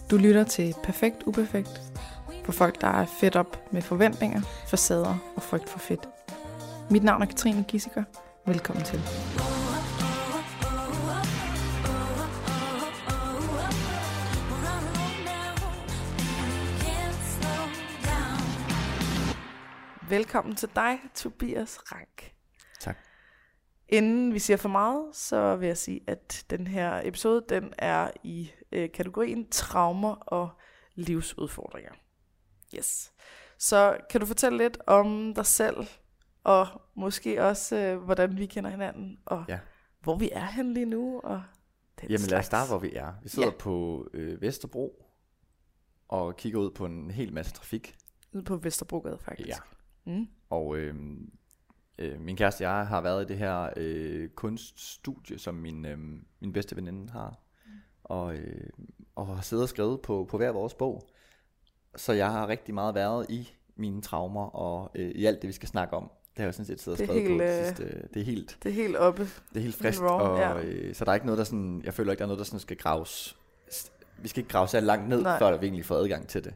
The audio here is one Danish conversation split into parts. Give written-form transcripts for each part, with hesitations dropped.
Du lytter til Perfekt Uperfekt for folk, der er fedt op med forventninger, facader og frygt for fedt. Mit navn er Katrine Gissiker. Velkommen til. Velkommen til dig, Tobias Rank. Tak. Inden vi siger for meget, så vil jeg sige, at den her episode, den er i kategorien traumer og livsudfordringer. Yes. Så kan du fortælle lidt om dig selv, og måske også, hvordan vi kender hinanden, og hvor vi er henne lige nu, og den Jamen slags. lad os starte, hvor vi er. Vi sidder på Vesterbro, og kigger ud på en hel masse trafik. Ude på Vesterbrogade, faktisk. Ja. Mm. Og min kæreste og jeg har været i det her kunststudie, som min bedste veninde har. Og har siddet og skrevet på hver vores bog. Så jeg har rigtig meget været i mine traumer, og i alt det, vi skal snakke om. Det har jeg sådan set siddet og skrevet på det sidste. Det er helt oppe. Det er helt frisk, så der er ikke noget, der sådan, jeg føler ikke, der er noget, der sådan skal graves. Vi skal ikke grave så langt ned, før vi egentlig får adgang til det.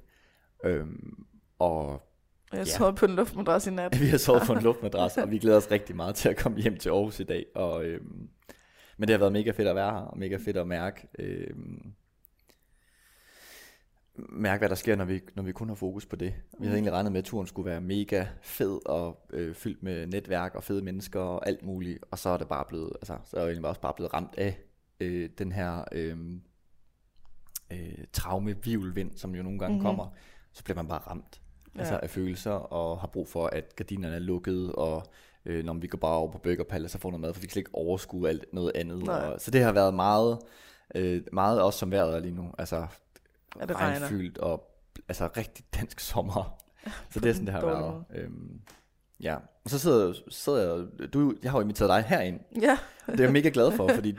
Og jeg har sovet på en luftmadras i nat. Vi har sovet på en luftmadras, og vi glæder os rigtig meget til at komme hjem til Aarhus i dag. Men det har været mega fedt at være her, og mega fedt at mærke, hvad der sker, når vi kun har fokus på det. Vi havde egentlig regnet med, at turen skulle være mega fed og fyldt med netværk og fede mennesker og alt muligt. Og så er det bare blevet, så er jeg egentlig også bare blevet ramt af den her traume-virvelvind, som jo nogle gange kommer. Så bliver man bare ramt. Af følelser, og har brug for, at gardinerne er lukket, og når vi går bare over på Burgerpalle, så får noget mad, for vi kan slet ikke overskue alt noget andet. Så det har været meget også som vejret er lige nu, regnfyldt, og rigtig dansk sommer. Så det er sådan, det har været. Og så sidder jeg har jo inviteret dig herind. Ja. Det er jeg mega glad for, fordi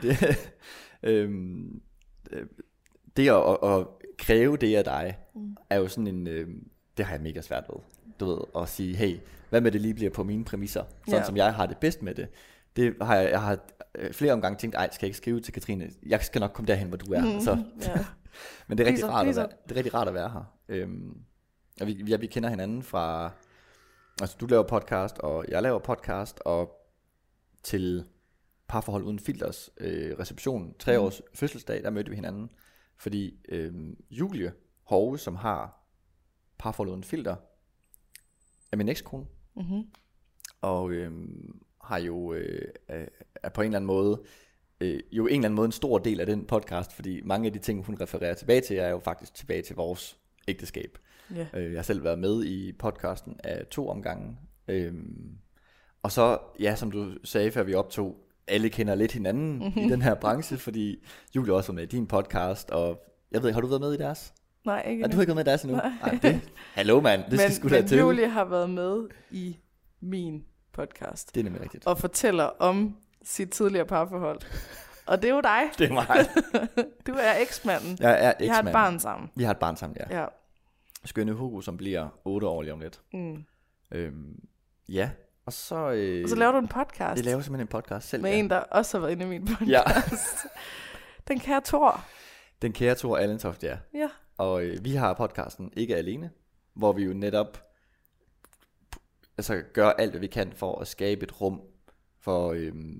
det at kræve det af dig, er jo sådan en... det har jeg mega svært ved, du ved, at sige, hey, hvad med det lige bliver på mine præmisser, sådan som jeg har det bedst med det. Det har jeg har flere omgange tænkt, skal jeg ikke skrive til Katrine, jeg skal nok komme derhen, hvor du er. Men det er rigtig rart at være her. Og vi kender hinanden fra, du laver podcast, og jeg laver podcast, og til Parforhold Uden Filters reception, 3 års fødselsdag, der mødte vi hinanden, fordi Julie Hove, som har Parforhold Uden Filter, er min ekskone, og har jo er på en eller anden måde en stor del af den podcast, fordi mange af de ting, hun refererer tilbage til, er jo faktisk tilbage til vores ægteskab. Jeg har selv været med i podcasten af 2 omgange, og så, som du sagde, før vi optog, alle kender lidt hinanden i den her branche, fordi Julie også var med i din podcast, og jeg ved, har du været med i deres? Nej, ikke. Du har ikke været med i deres endnu? Nej, det. Hallo mand, det skal sgu da til. Men Julie har været med i min podcast. Det er nemlig rigtigt. Og fortæller om sit tidligere parforhold. Og det er jo dig. Det er mig. Du er eksmanden. Jeg er eksmanden. Vi har et barn sammen. Vi har et barn sammen, ja. Skønne Hugo, som bliver 8 år lige om lidt. Og så laver du en podcast. Jeg laver simpelthen en podcast selv. Med en, der også har været inde i min podcast. Den kære Thor. Den kære Thor Allentoft, ja. Og vi har podcasten Ikke Alene, hvor vi jo netop gør alt, hvad vi kan for at skabe et rum for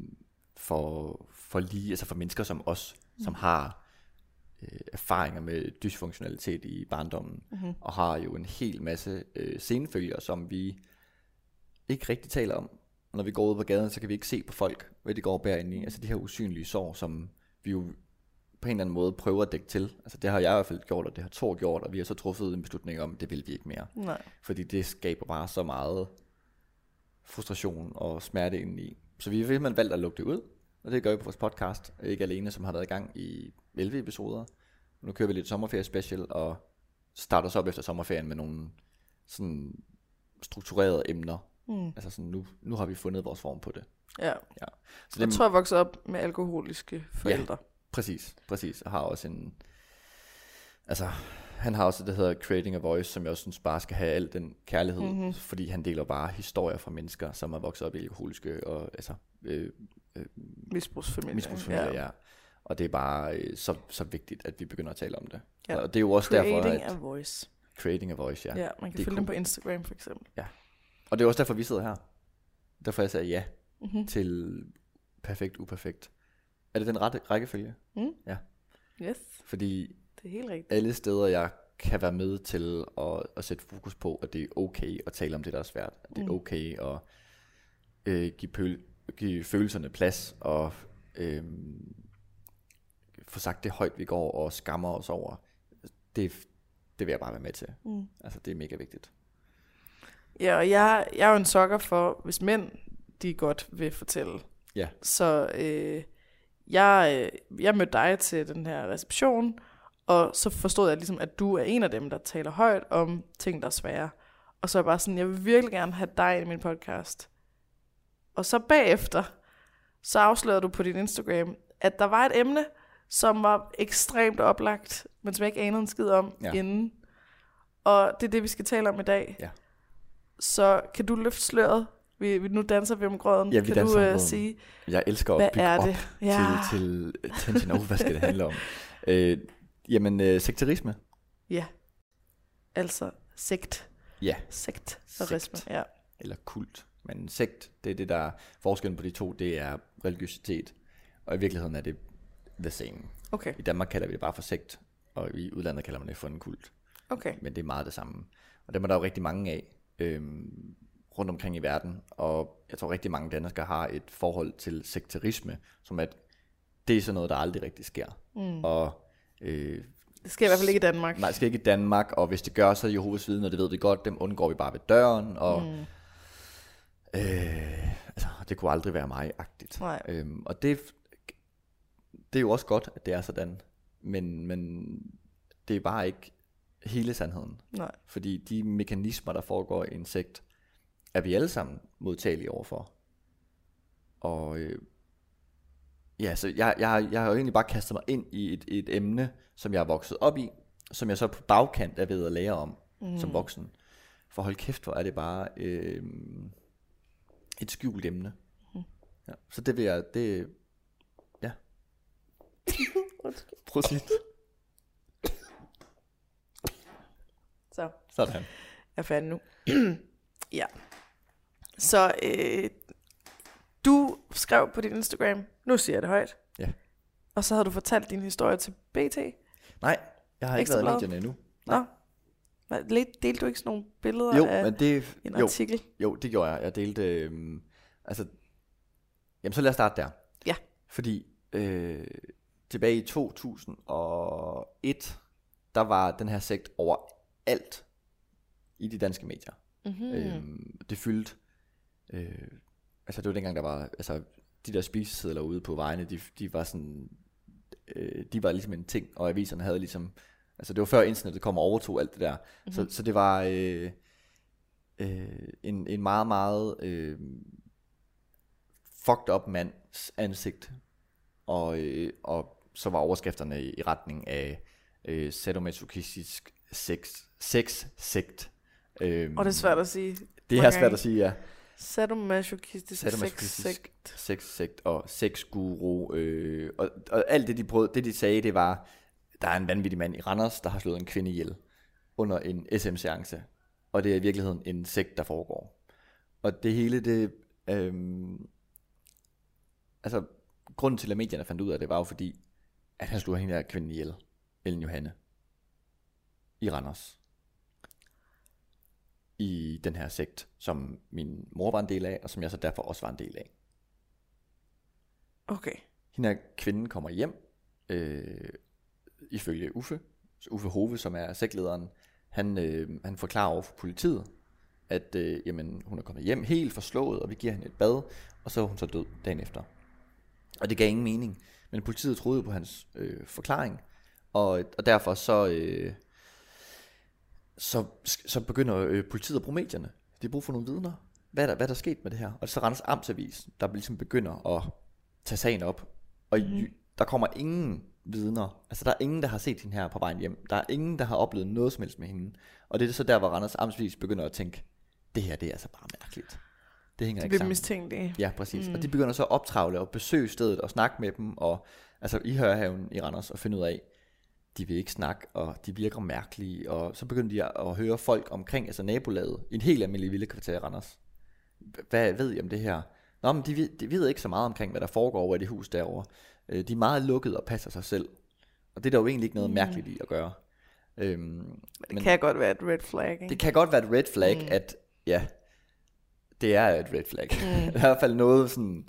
lige, for mennesker som os, som har erfaringer med dysfunktionalitet i barndommen, og har jo en hel masse senfølger, som vi ikke rigtig taler om. Og når vi går ud på gaden, så kan vi ikke se på folk, hvad de går og bærer ind i. De her usynlige sår, som vi jo på en eller anden måde prøver at dække til. Det har jeg i hvert fald gjort, og det har Thor gjort, og vi har så truffet en beslutning om, at det vil vi ikke mere. Nej. Fordi det skaber bare så meget frustration og smerte indeni. Så vi har simpelthen valgt at lukke det ud, og det gør vi på vores podcast, Ikke Alene, som har været i gang i 11 episoder. Nu kører vi lidt sommerferie special, og starter så op efter sommerferien med nogle sådan strukturerede emner. Nu har vi fundet vores form på det. Ja. Så jeg tror, jeg voksede op med alkoholiske forældre. Ja, præcis. Og har også han har også det, der hedder Creating a Voice, som jeg også synes bare skal have al den kærlighed, fordi han deler bare historier fra mennesker, som er vokset op i alkoholiske og misbrugsfamilier, ja. Og det er bare så vigtigt, at vi begynder at tale om det. Ja. Og det er jo også Creating derfor, a voice. Creating a voice, ja. Ja, man kan følge dem på Instagram for eksempel. Ja. Og det er også derfor, vi sidder her. Derfor jeg sagde ja til perfekt, uperfekt. Er det den rette rækkefølge? Ja. Yes. Fordi det er helt rigtigt. Alle steder, jeg kan være med til at sætte fokus på, at det er okay at tale om det, der er svært. At det er okay at give følelserne plads og få sagt det højt, vi går og skammer os over. Det vil jeg bare være med til. Altså, det er mega vigtigt. Ja, og jeg er jo en sokker for, hvis mænd, de godt vil fortælle. Ja. Så jeg mødte dig til den her reception, og så forstod jeg ligesom, at du er en af dem, der taler højt om ting, der er svære. Og så er jeg bare sådan, jeg vil virkelig gerne have dig i min podcast. Og så bagefter, så afslørede du på din Instagram, at der var et emne, som var ekstremt oplagt, men som jeg ikke anede en skid om inden. Og det er det, vi skal tale om i dag. Ja. Så kan du løfte sløret? Nu danser vi om grøden. Ja, vi kan danser du sige, jeg elsker at bygge op til tension. Hvad skal det handle om? Sekterisme. Ja, altså sekt. Ja. Sekterisme, ja. Eller kult. Men sekt, det er det, der er forskellen på de to, det er religiøsitet. Og i virkeligheden er det the same. Okay. I Danmark kalder vi det bare for sekt, og i udlandet kalder man det for en kult. Okay. Men det er meget det samme. Og dem er der jo rigtig mange af rundt omkring i verden. Og jeg tror rigtig mange danskere har et forhold til sekterisme, som at det er sådan noget, der aldrig rigtig sker. Og det sker i hvert fald ikke i Danmark. Nej, det sker ikke i Danmark, og hvis det gør, så er Jehovas vidner, og det ved vi godt, dem undgår vi bare ved døren, og det kunne aldrig være mig-agtigt. Og det er jo også godt, at det er sådan, men det er bare ikke hele sandheden. Nej. Fordi de mekanismer, der foregår i en sekt, er vi alle sammen modtagelige overfor. Og så jeg har jo egentlig bare kastet mig ind i et emne, som jeg er vokset op i, som jeg så på bagkant er ved at lære om som voksen. For hold kæft, hvor er det bare et skjult emne. Ja, så det vil jeg, ja. Prosit. Så. Sådan. Jeg er færdig nu. Ja. Så du skrev på din Instagram, nu siger jeg det højt. Ja. Og så havde du fortalt din historie til BT. Nej, jeg har ikke været i medierne endnu. Nå. Delte du ikke sådan nogle billeder af en artikel? Jo, det gjorde jeg. Jeg delte, jamen så lad os starte der. Ja. Fordi tilbage i 2001, der var den her sekt overalt i de danske medier. Det fyldte, det var dengang der var, de der spisesedler ude på vejene, de var sådan, de var ligesom en ting, og aviserne havde ligesom, det var før internettet kom og overtog alt det der, så det var en meget, meget fucked up mands ansigt, og så var overskrifterne i retning af sadomasochistisk sex-sekt. Og det er svært at sige. Det er svært at sige, ja. Sadomasochistisk sex-sekt og sexguru. Og alt det, de prøvede, det de sagde, det var, der er en vanvittig mand i Randers, der har slået en kvinde ihjel under en SM-seance. Og det er i virkeligheden en sekt, der foregår. Og det hele, det... grunden til, at medierne fandt ud af det, var jo fordi, at han slog hende der kvinde ihjel, Ellen Johanne, i Randers. I den her sekt, som min mor var en del af, og som jeg så derfor også var en del af. Okay. Hende her kvinden kommer hjem, ifølge Uffe Hove, som er sektlederen, han forklarer over for politiet, at hun er kommet hjem helt forslået, og vi giver hende et bad, og så er hun så død dagen efter. Og det gav ingen mening, men politiet troede på hans forklaring, og derfor så begynder politiet at bruge medierne. De har brug for nogle vidner. Hvad er der sket med det her? Og så Randers Amtsavis, der ligesom begynder at tage sagen op. Og der kommer ingen vidner. Der er ingen, der har set hende her på vejen hjem. Der er ingen, der har oplevet noget som helst med hende. Og det er så der, hvor Randers Amtsavis begynder at tænke, det her, det er altså bare mærkeligt. Det hænger de ikke bliver sammen. mistænkelige. Ja, præcis. Og de begynder så at optravle og besøge stedet og snakke med dem, og altså i Hørhaven i Randers, og finde ud af, de vil ikke snakke, og de virker mærkelige, og så begynder de at høre folk omkring, altså nabolaget, i en helt almindelig villekvarter i Randers. Hvad ved I om det her? Nå, men de ved ikke så meget omkring, hvad der foregår over i det hus derovre. De er meget lukkede og passer sig selv. Og det er der jo egentlig ikke noget mærkeligt i at gøre. Det kan godt være et red flag, ikke? Det kan godt være et red flag, at ja, det er et red flag. I hvert fald noget sådan,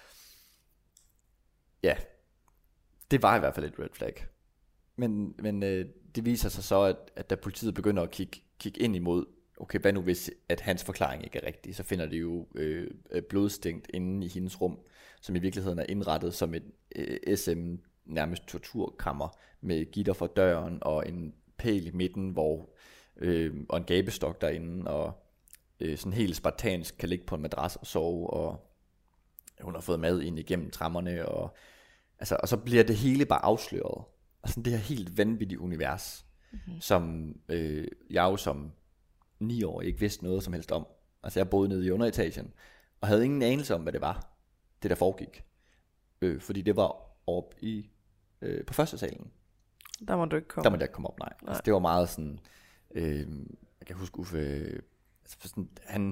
ja, det var i hvert fald et red flag. Men det viser sig så, at da politiet begynder at kigge ind imod, okay, hvad nu hvis at hans forklaring ikke er rigtig, så finder de jo blodstinkt inde i hendes rum, som i virkeligheden er indrettet som et SM nærmest torturkammer med gitter for døren og en pæl i midten, og en gabestok derinde, og sådan helt spartansk kan ligge på en madras og sove, og hun har fået mad ind igennem trammerne, og så bliver det hele bare afsløret. Altså det her helt vanvittige univers, som jeg jo som 9 år ikke vidste noget som helst om. Altså jeg boede nede i underetagen, og havde ingen anelse om, hvad det var, det der foregik. Fordi det var oppe i på første salen. Der må du ikke komme. Der må jeg ikke komme op, nej. Altså, det var meget sådan, jeg kan huske Uffe, sådan,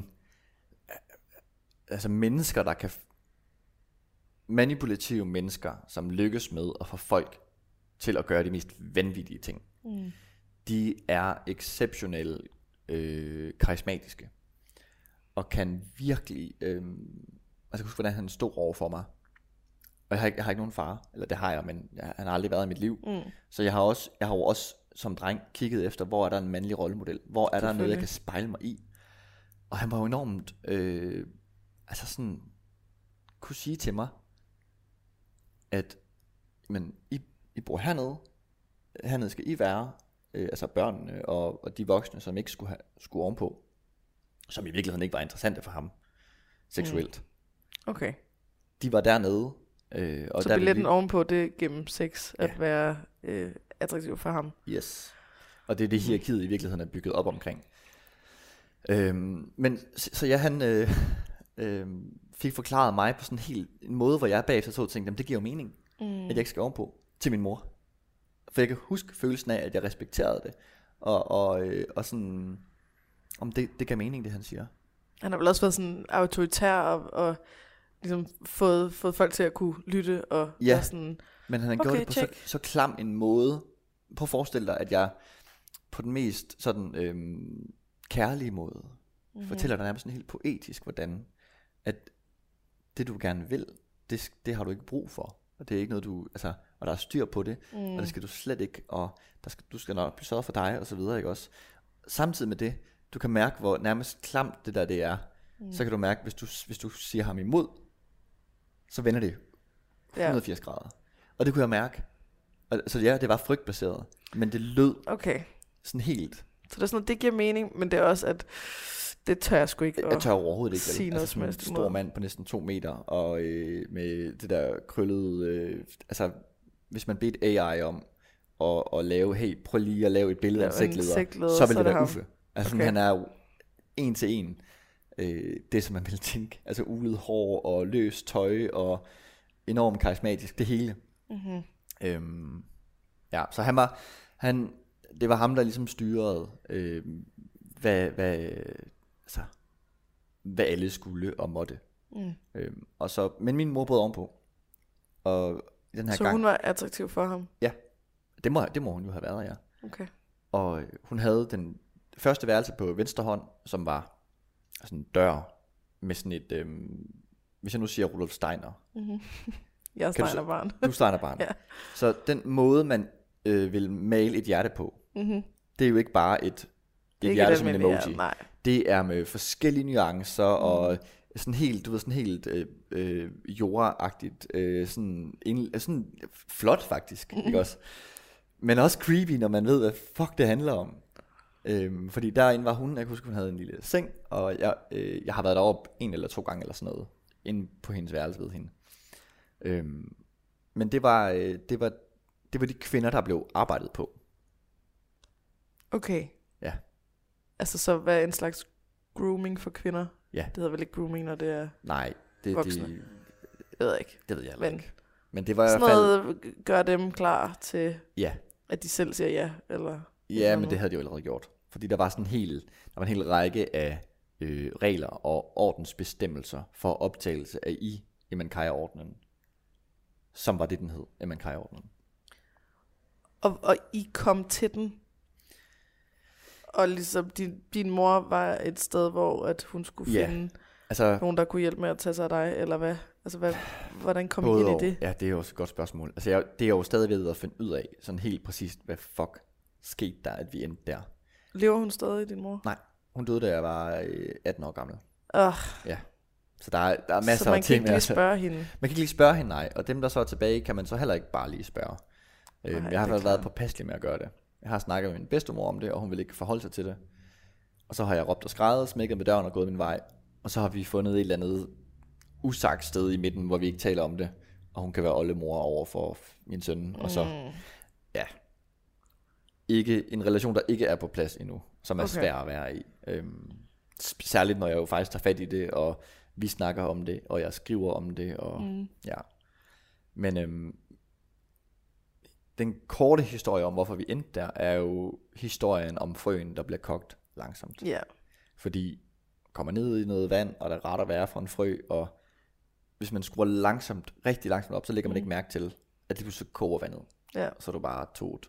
altså mennesker, der kan, manipulative mennesker, som lykkes med at få folk til at gøre de mest vanvittige ting. De er exceptionelt karismatiske, og kan virkelig, jeg kan huske, hvordan han stod over for mig. Og jeg har ikke nogen far, eller det har jeg, men han har aldrig været i mit liv. Så jeg har jo også som dreng kigget efter, hvor er der en mandlig rollemodel, hvor er der noget, jeg kan spejle mig i. Og han var jo enormt, altså sådan, kunne sige til mig, at men I bor hernede skal I være, altså børnene og de voksne, som ikke skulle ovenpå, som i virkeligheden ikke var interessante for ham seksuelt. Okay. De var dernede. Og så billetten ovenpå, det gennem sex, at være attraktiv for ham. Yes. Og det er det hierarkiet i virkeligheden er bygget op omkring. Men så ja, han fik forklaret mig på sådan en måde, hvor jeg bagefter så tænkte, det giver jo mening, at jeg ikke skal ovenpå til min mor. For jeg kan huske følelsen af, at jeg respekterede det. Og sådan, om det gav mening, det han siger. Han har vel også været sådan autoritær og ligesom fået folk til at kunne lytte og sådan. Men han har gjort det på så klam en måde. Prøv at forestille dig, at jeg på den mest sådan kærlige måde fortæller dig nærmest sådan helt poetisk, hvordan at det du gerne vil, det har du ikke brug for. Og det er ikke noget du, altså, og der er styr på det, og det skal du slet ikke, og du skal nok blive sørget for dig og så videre, ikke også? Samtidig med det, du kan mærke, hvor nærmest klamt det der det er. Så kan du mærke, hvis du siger ham imod, så vender det 180 grader. Og det kunne jeg mærke. Så ja, det var frygtbaseret, men det lød sådan helt. Så det er sådan noget, det giver mening, men det er også, at det tør jeg sgu ikke. Jeg tør overhovedet ikke. Sige noget altså, som en stor mand på næsten 2 meter, og med det der krøllede, altså hvis man bedte AI om at lave, hey, prøv lige at lave et billede af en sækleder, så vil det være Uffe. Altså han er jo 1 til 1. Det som man ville tænke, altså ulet hår og løst tøj og enormt karismatisk, det hele. Ja, så det var ham der ligesom styrede hvad alle skulle og måtte. Og så, men min mor brød ovenpå. Og den her så hun var attraktiv for ham? Ja, det må hun jo have været, ja. Okay. Og hun havde den første værelse på venstre hånd, som var sådan en dør med sådan et, hvis jeg nu siger Rudolf Steiner. Jeg er Steiner-barn. Du er Steiner-barn. Ja. Så den måde, man vil male et hjerte på, det er jo ikke bare et hjerte som en emoji. Det er med forskellige nuancer og sådan helt, du ved, sådan helt jordagtigt, sådan flot faktisk, ikke også? Men også creepy, når man ved, hvad fuck det handler om. Fordi derinde var hun, jeg kunne huske, hun havde en lille seng, og jeg har været deroppe 1 eller 2 gange eller sådan noget, inde på hendes værelse ved hende. Men det var de kvinder, der blev arbejdet på. Okay. Ja. Altså så hvad en slags grooming for kvinder? Ja. Det hedder vel ikke grooming, når det er Nej, det voksne. Jeg ved ikke. det ved jeg heller Men ikke. Men det var i sådan hvert fald... noget gør dem klar til, Ja, at de selv siger ja, eller... ja, men det havde de jo allerede gjort. Fordi der var en hel række af regler og ordensbestemmelser for optagelse af i Emankaya-ordenen, som var det, den hed, Emankaya-ordenen. Og I kom til den, og ligesom din mor var et sted, hvor at hun skulle finde Altså, nogen, der kunne hjælpe med at tage sig af dig, eller hvad? Altså, hvordan kom I både ind i og. det? Ja, det er jo også et godt spørgsmål. Altså, det er jo stadig ved at finde ud af, sådan helt præcist, hvad fuck skete der, at vi endte der. Lever hun stadig, din mor? Nej, hun døde, da jeg var 18 år gammel. Ja. Så der er masser så man af ting. kan ikke lige spørge hende? Man kan ikke lige spørge hende, nej. Og dem, der så er tilbage, kan man så heller ikke bare lige spørge. Jeg har været påpasselig med at gøre det. Jeg har snakket med min bedstemor om det, og hun vil ikke forholde sig til det. Og så har jeg råbt og skreget, smækket med døren og gået min vej. Og så har vi fundet et eller andet usagt sted i midten, hvor vi ikke taler om det. Og hun kan være oldemor over for min søn. Og så, ikke en relation, der ikke er på plads endnu, som er svær at være i. Særligt når jeg jo faktisk tager fat i det, og vi snakker om det, og jeg skriver om det, og ja. Men den korte historie om, hvorfor vi endte der, er jo historien om frøen, der bliver kogt langsomt. Ja. Fordi kommer ned i noget vand, og der er ret at være for en frø, og hvis man skruer langsomt, rigtig langsomt op, så lægger man ikke mærke til, at det pludselig koger vandet. Ja. Så er du bare tot.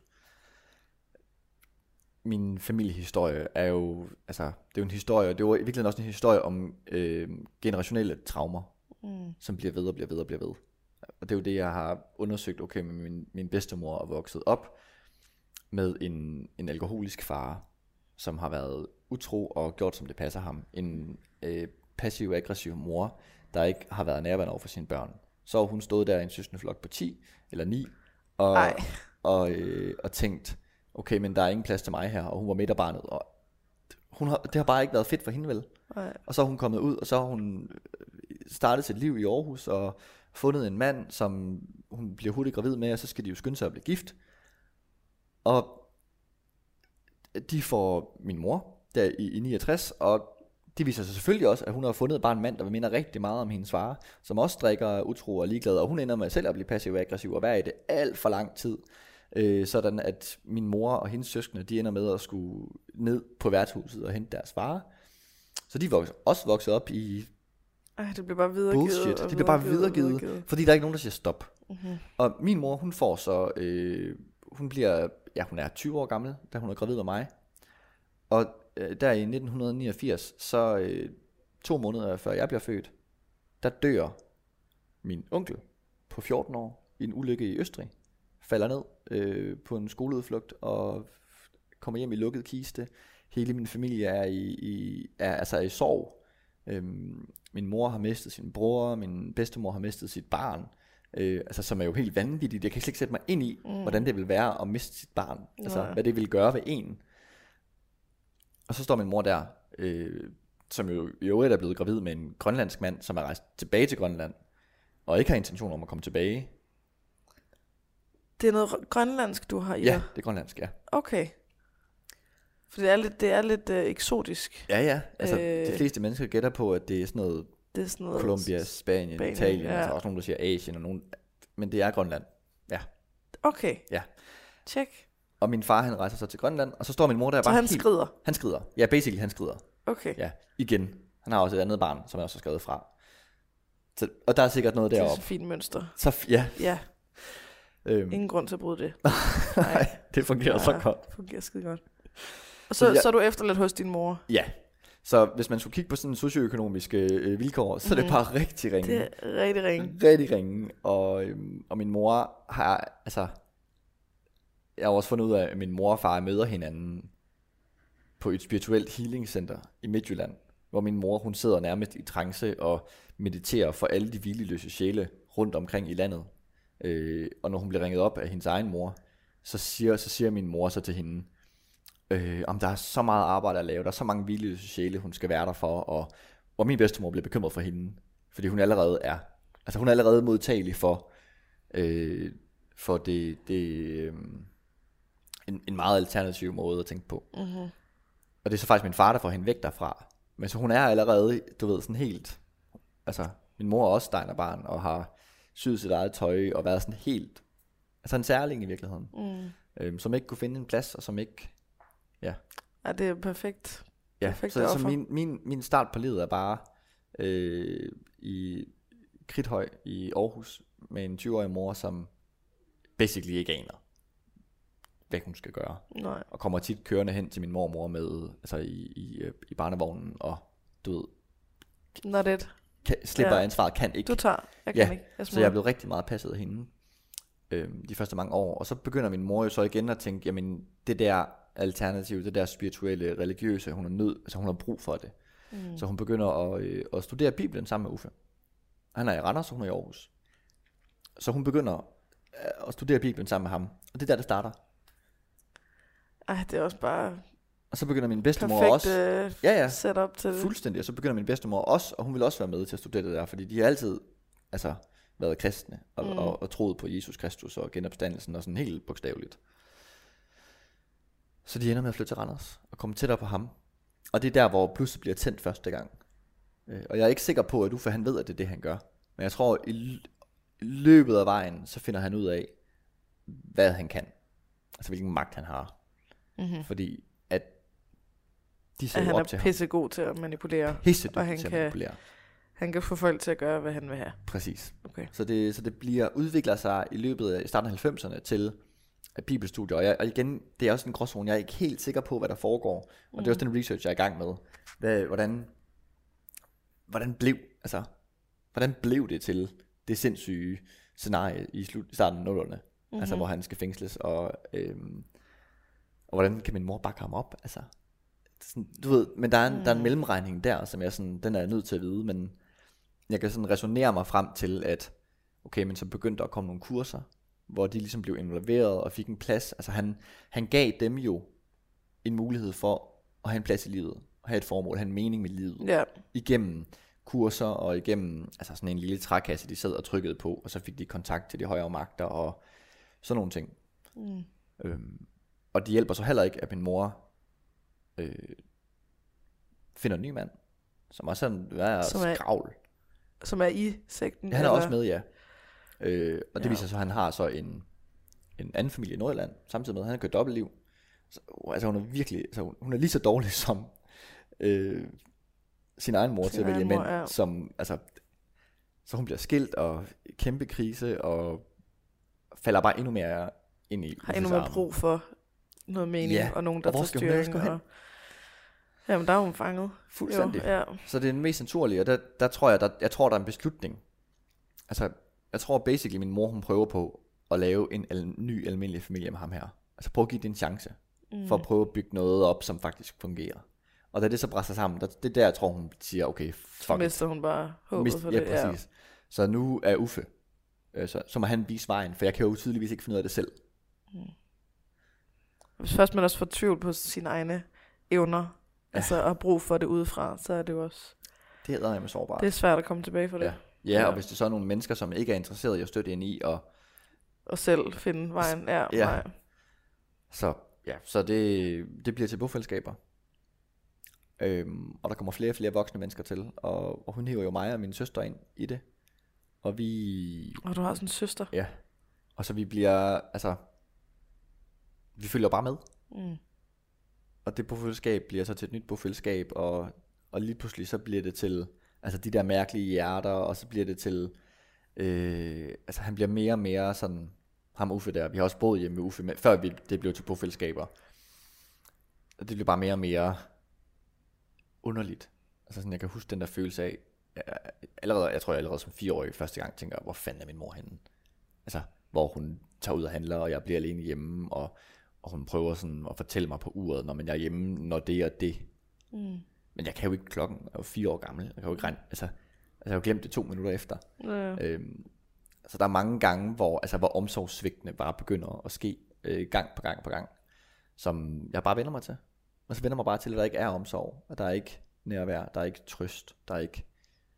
Min familiehistorie er jo, altså, det er jo en historie, det var i virkeligheden også en historie om generationelle traumer, som bliver ved og bliver ved og bliver ved. Og det er jo det, jeg har undersøgt, okay, med min bedstemor er vokset op med en alkoholisk far, som har været utro og gjort, som det passer ham. En passiv-aggressiv mor, der ikke har været nærværende over for sine børn. Så har hun stået der i en søskendeflok på 10 eller 9, og tænkt, okay, men der er ingen plads til mig her, og hun var midterbarnet, og det har bare ikke været fedt for hende, vel? Nej. Og så er hun kommet ud, og så har hun startet sit liv i Aarhus, og fundet en mand, som hun bliver hurtigt gravid med, og så skal de jo skynde sig at blive gift. Og de får min mor der i 69, og det viser sig selvfølgelig også, at hun har fundet bare en mand, der minder rigtig meget om hendes far, som også drikker, utro og ligeglad, og hun ender med selv at blive passiv og aggressiv og være i det alt for lang tid. Sådan at min mor og hendes søskende, de ender med at skulle ned på værtshuset og hente deres far. Så de er også vokset op i det bliver bare videregivet. Bullshit. Det bliver bare videregivet, fordi der er ikke nogen, der siger stop. Og min mor, hun får så, hun er 20 år gammel, da hun er gravid med mig. Og der i 1989, så 2 måneder før jeg bliver født, der dør min onkel på 14 år i en ulykke i Østrig. Falder ned på en skoleudflugt og kommer hjem i lukket kiste. Hele min familie er i sorg. Min mor har mistet sin bror, min bedstemor har mistet sit barn, som er jo helt vanvittigt. Jeg kan slet ikke sætte mig ind i, hvordan det vil være at miste sit barn. Hvad det vil gøre ved en. Og så står min mor der, som jo i øvrigt er blevet gravid med en grønlandsk mand, som er rejst tilbage til Grønland, og ikke har intention om at komme tilbage. Det er noget grønlandsk, du har i? Ja, det er grønlandsk, ja. Okay. For det er lidt eksotisk. Ja. De fleste mennesker gætter på, at det er sådan noget Colombia, Spanien, Italien, altså også nogen, der siger Asien, og nogen, men det er Grønland. Ja. Okay. Ja. Check. Og min far, han rejser så til Grønland, og så står min mor der bare han skrider? Han skrider. Ja, basically han skrider. Okay. Ja, igen. Han har også et andet barn, som jeg også har skrevet fra. Så, og der er sikkert noget deroppe. Det er så fint mønster. Så, ja. Ja. Ingen grund til at bryde det. Nej, det fungerer så godt. Det fungerer skide godt. Og så er du efterladt hos din mor? Ja. Så hvis man skulle kigge på sådan socioøkonomiske vilkår, så er det bare rigtig ringe. Det er rigtig ringe. Rigtig ringe. Og min mor har, jeg har også fundet ud af, at min mor og far møder hinanden på et spirituelt healing center i Midtjylland, hvor min mor, hun sidder nærmest i trance og mediterer for alle de hvileløse sjæle rundt omkring i landet. Og når hun bliver ringet op af hendes egen mor, så siger min mor så til hende, om der er så meget arbejde at lave, der er så mange hvileløse sjæle, hun skal være der for, og min bedstemor bliver bekymret for hende, fordi hun allerede er, hun er allerede modtagelig for en meget alternativ måde at tænke på. Og det er så faktisk min far, der får hende væk derfra, Men så hun er allerede, du ved, sådan helt, altså min mor er også steinerbarn, og har syet sit eget tøj, og været sådan helt, altså en særling i virkeligheden, som ikke kunne finde en plads, og som ikke, Ja, det er perfekt. ja, så min start på livet er bare i Kridthøj i Aarhus, med en 20-årig mor, som basically ikke aner, hvad hun skal gøre. Nej. Og kommer tit kørende hen til min mormor med, altså i barnevognen, og du ved, not it. Slipper ansvaret, kan ikke. Du tager, jeg kan ikke. Så jeg er blevet rigtig meget passet af hende de første mange år. Og så begynder min mor jo så igen at tænke, jamen det der alternativ, det der spirituelle, religiøse, hun har brug for det. Så hun begynder at studere Bibelen sammen med Uffe. Han er i Randers, og hun er i Aarhus. Så hun begynder at studere Bibelen sammen med ham. Og det er der, det starter. Ej, det er også bare... Og så begynder min bedstemor perfekt, også setup til det. Fuldstændig. Og så begynder min bedstemor også, og hun vil også være med til at studere det der, fordi de har altid været kristne og troet på Jesus Kristus og genopstandelsen og sådan helt bogstaveligt. Så de ender med at flytte til Randers og komme tættere på ham. Og det er der, hvor pludselig bliver tændt første gang. Og jeg er ikke sikker på, at Uffe han ved, at det er det, han gør. Men jeg tror, i løbet af vejen, så finder han ud af, hvad han kan. Altså hvilken magt han har. Fordi at de ser op til ham. Han er pissegod til at manipulere. Og han kan få folk til at gøre, hvad han vil have. Præcis. Okay. Så det udvikler sig i løbet af starten af 90'erne til bibelstudier. Og igen, det er også en gråzone. Jeg er ikke helt sikker på, hvad der foregår. Og det er også den research, jeg er i gang med. Hvordan blev det til det sindssyge scenarie i starten af 0'erne? Altså hvor han skal fængsles, og hvordan kan min mor bakke ham op? Altså, sådan, du ved, men der er en mellemregning der, som jeg sådan, den er jeg nødt til at vide, men jeg kan sådan resonere mig frem til, at okay, men så begyndte der at komme nogle kurser, hvor de ligesom blev involveret og fik en plads. Altså han gav dem jo en mulighed for at have en plads i livet, og have et formål, have en mening med livet, igennem kurser og igennem altså sådan en lille trækasse, de sad og trykkede på, og så fik de kontakt til de højere magter og sådan nogle ting. Og det hjælper så heller ikke, at min mor finder en ny mand, som også er skravl. Som er i sekten? Ja, han er også med, ja. Og det viser så, at han har så en anden familie i Nordjylland, samtidig med, at han har kørt dobbeltliv. Så, altså hun er virkelig, altså, hun er lige så dårlig som sin egen mor til at vælge mænd, som, altså, så hun bliver skilt og kæmpe krise, og falder bare endnu mere ind i. Har endnu mere brug for noget mening, og nogen, der tager styring. Jamen, der er hun fanget. Fuldstændig. Jo, ja. Så det er den mest naturlige, og der tror jeg, der er en beslutning. Altså, jeg tror basically, min mor, hun prøver på at lave en ny almindelig familie med ham her. Altså, prøv at give det en chance, for at prøve at bygge noget op, som faktisk fungerer. Og da det så brænder sammen, det er der, jeg tror, hun siger, okay, fuck. Så mister hun bare håbet for det. Ja, præcis. Så nu er Uffe, så må han vise vejen, for jeg kan jo tydeligvis ikke finde ud af det selv. Hvis først man også får tvivl på sine egne evner, altså at have brug for det udefra, så er det jo også... Det er med sårbart. Det er svært at komme tilbage for det. Ja, og hvis det så er nogle mennesker, som ikke er interesseret i at støtte ind i, og selv finde vejen. Nej. Så det bliver til bofællesskaber. Og der kommer flere og flere voksne mennesker til, og hun hiver jo mig og min søster ind i det. Og du har sådan en søster? Ja. Og så vi bliver, altså, vi følger bare med. Og det bofællesskab bliver så til et nyt bofællesskab, og lige pludselig så bliver det til, altså de der mærkelige hjerter, og så bliver det til, altså han bliver mere og mere sådan, ham Uffe der, vi har også boet hjemme med Uffe, før det blev til bofællesskaber. Og det bliver bare mere og mere underligt. Altså sådan, jeg kan huske den der følelse af, jeg tror allerede som 4-årig første gang tænker, hvor fanden er min mor henne? Altså, hvor hun tager ud og handler, og jeg bliver alene hjemme, og hun prøver sådan at fortælle mig på uret, når jeg er hjemme, når det og det. Men jeg kan jo ikke, klokken er jo 4 år gammel, jeg kan jo ikke regne, altså jeg har jo glemt det 2 minutter efter. Så der er mange gange, hvor omsorgssvigtene bare begynder at ske gang på gang, som jeg bare vender mig til. Og så vender mig bare til, at der ikke er omsorg, at der er ikke nærvær, der er ikke trøst, der er ikke,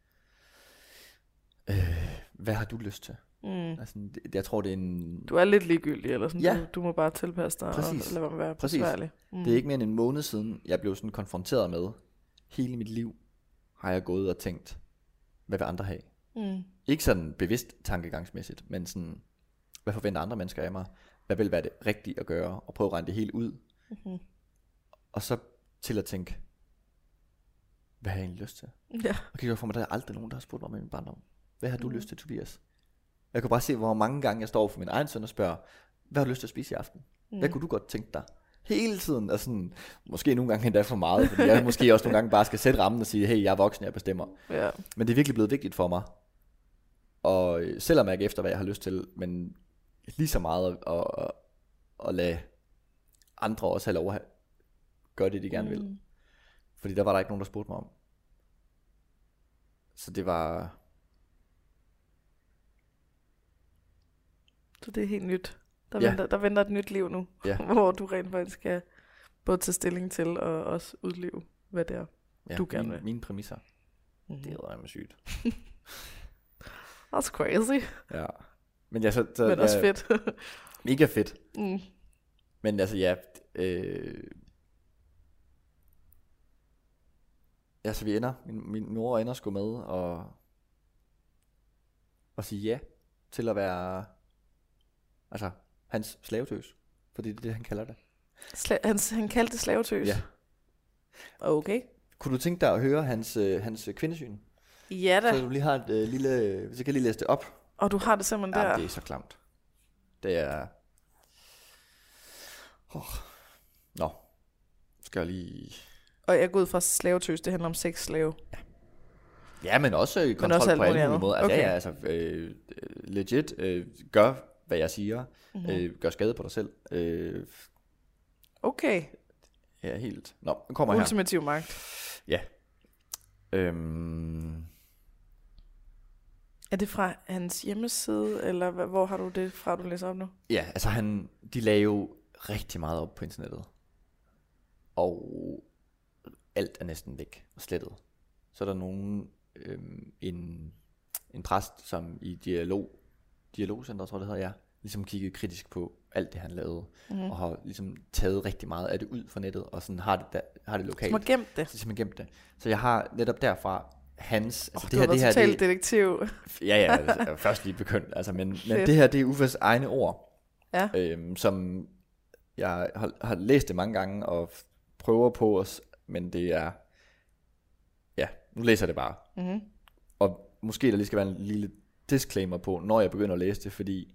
hvad har du lyst til? Altså, jeg tror det er en... Du er lidt ligegyldig, eller sådan, ja. Du må bare tilpasse dig. Præcis. Og lade være besværlig. Det er ikke mere end en måned siden, jeg blev sådan konfronteret med, hele mit liv har jeg gået og tænkt, hvad vil andre have? Mm. Ikke sådan bevidst tankegangsmæssigt, men sådan, hvad forventer andre mennesker af mig? Hvad vil være det rigtige at gøre? Og prøve at regne det helt ud. Mm-hmm. Og så til at tænke, hvad har jeg egentlig lyst til? Ja. Og kigger for mig, der er aldrig nogen, der har spurgt mig om min barndom. Hvad har du lyst til, Tobias? Jeg kan bare se, hvor mange gange jeg står for min egen søn og spørger, hvad har du lyst til at spise i aften? Hvad kunne du godt tænke dig? Hele tiden er sådan, måske nogle gange endda for meget, fordi jeg måske også nogle gange bare skal sætte rammen og sige, hey, jeg er voksen, jeg bestemmer. Ja. Men det er virkelig blevet vigtigt for mig. Og selvom jeg ikke efter, hvad jeg har lyst til, men lige så meget at lade andre også have lov at gøre det, de gerne vil. Fordi der var der ikke nogen, der spurgte mig om. Så det var... Så det er helt nyt. Der venter et nyt liv nu, hvor du rent faktisk skal både tage stilling til og også udleve, hvad det er, du gerne vil. Mine præmisser. Det er jo sygt. That's crazy. Ja. Men men også fedt. Mega fedt. Men altså så vi ender, min mor ender sgu med og sige ja til at være altså hans slavetøs, fordi det er det, han kalder det. Han kaldte det slavetøs? Ja. Okay. Kunne du tænke dig at høre hans kvindesyn? Ja da. Så du lige har et lille, hvis jeg kan lige læse det op. Og du har det simpelthen der? Ja, det er så klamt. Det er... Nå. Skal jeg lige... Og jeg går ud fra slavetøs, det handler om sexslave. Ja, men også kontrol på alle mulige måder. Altså, okay. Legit, gør hvad jeg siger. Gør skade på dig selv. Okay. Ja, helt. Nå, nu kommer her. Ultimativ magt. Ja. Er det fra hans hjemmeside, eller hvor har du det fra, du læser op nu? Ja, altså de lagde jo rigtig meget op på internettet. Og alt er næsten væk og slettet. Så er der nogen, en præst, som i dialogcenter, tror jeg det hedder, ligesom kiggede kritisk på alt det, han lavede. Og har ligesom taget rigtig meget af det ud fra nettet, og sådan har det lokalt. Som har gemt det. Så simpelthen gemt det. Så jeg har netop derfra hans... Altså det her totalt detektiv. Ja, først lige begyndt. Altså, men det her, det er Uffes egne ord. Ja. Som jeg har læst det mange gange, og prøver på os, men det er... Ja, nu læser jeg det bare. Og måske der lige skal være en lille disclaimer på, når jeg begynder at læse det, fordi...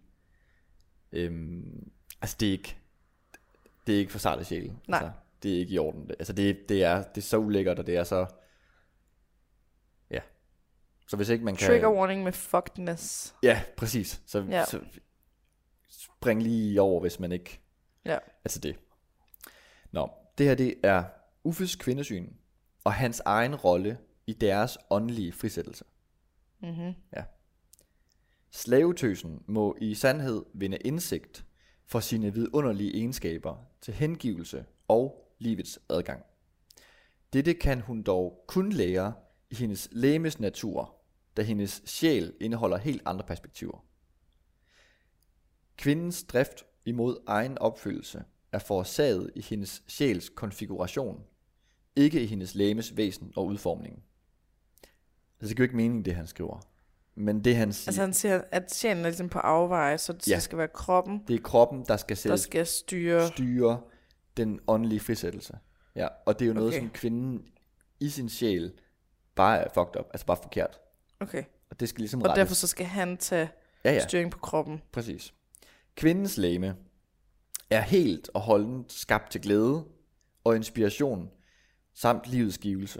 altså, det er ikke for sarte sjæl. Altså, det er ikke i orden. Altså, det er så ulækkert, og det er så... Ja. Så hvis ikke man kan... Trigger warning med fuckedness. Ja, præcis. Så spring lige over, hvis man ikke... Ja. Altså det. Nå, det her det er Uffes kvindesyn, og hans egen rolle i deres åndelige frisættelse. Ja. Slavetøsen må i sandhed vinde indsigt for sine vidunderlige egenskaber til hengivelse og livets adgang. Dette kan hun dog kun lære i hendes legemes natur, da hendes sjæl indeholder helt andre perspektiver. Kvindens drift imod egen opfyldelse er forårsaget i hendes sjæls konfiguration, ikke i hendes legemes væsen og udformning. Altså, det giver ikke mening, det han skriver. Men det han siger... Altså han siger, at sjælen er ligesom på afveje, så det skal være kroppen. Det er kroppen, der skal styre den åndelige frisættelse. Ja, og det er jo noget, som kvinden i sin sjæl bare er fucked up, altså bare forkert. Okay. Og det skal ligesom rettes. Og derfor så skal han tage styring på kroppen. Præcis. Kvindens legeme er helt og holdent skabt til glæde og inspiration samt livets givelse.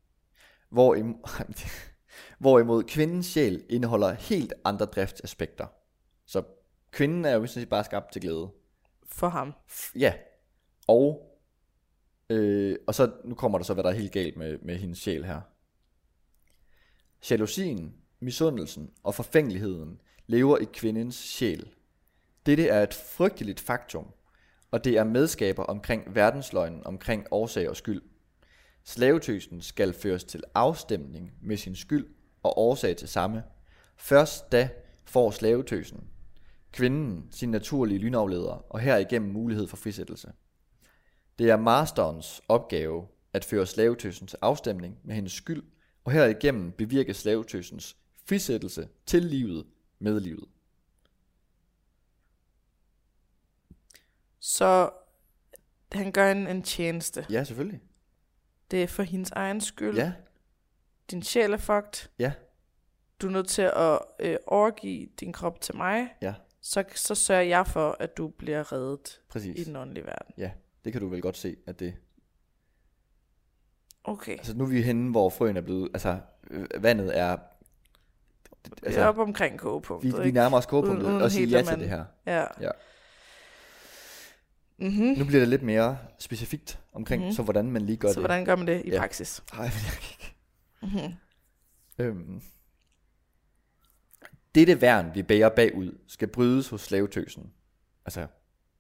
Hvorimod kvindens sjæl indeholder helt andre driftsaspekter. Så kvinden er jo sådan set bare skabt til glæde. For ham. Ja. Og så nu kommer der så, hvad der er helt galt med hendes sjæl her. Jalousien, misundelsen og forfængeligheden lever i kvindens sjæl. Dette er et frygteligt faktum, og det er medskaber omkring verdensløgnen omkring årsag og skyld. Slavetøsen skal føres til afstemning med sin skyld og årsag til samme. Først da får slavetøsen, kvinden, sin naturlige lynafleder og herigennem mulighed for frisættelse. Det er masterens opgave at føre slavetøsen til afstemning med hendes skyld, og herigennem bevirke slavetøsens frisættelse til livet med livet. Så han gør en tjeneste. Ja, selvfølgelig. Det er for hendes egen skyld. Ja, Din sjæl er fucked. ja, Du er nødt til at overgive din krop til mig. ja, Så sørger jeg for, at du bliver reddet i præcis. den åndelige verden. Ja, det kan du vel godt se, at det... Okay. Altså nu er vi henne, hvor frøen er blevet... Altså, vandet er... Vi er oppe omkring kogepunktet. Vi nærmer os kogepunktet Uden og siger helt, ja at til man- det her. Ja. Ja. Mm-hmm. Nu bliver det lidt mere specifikt omkring, så hvordan man lige gør Så det. hvordan gør man det i Ja. praksis? Nej, men jeg kan ikke. Mm-hmm. Dette værn, vi bærer bagud, skal brydes hos slavetøsen. Altså,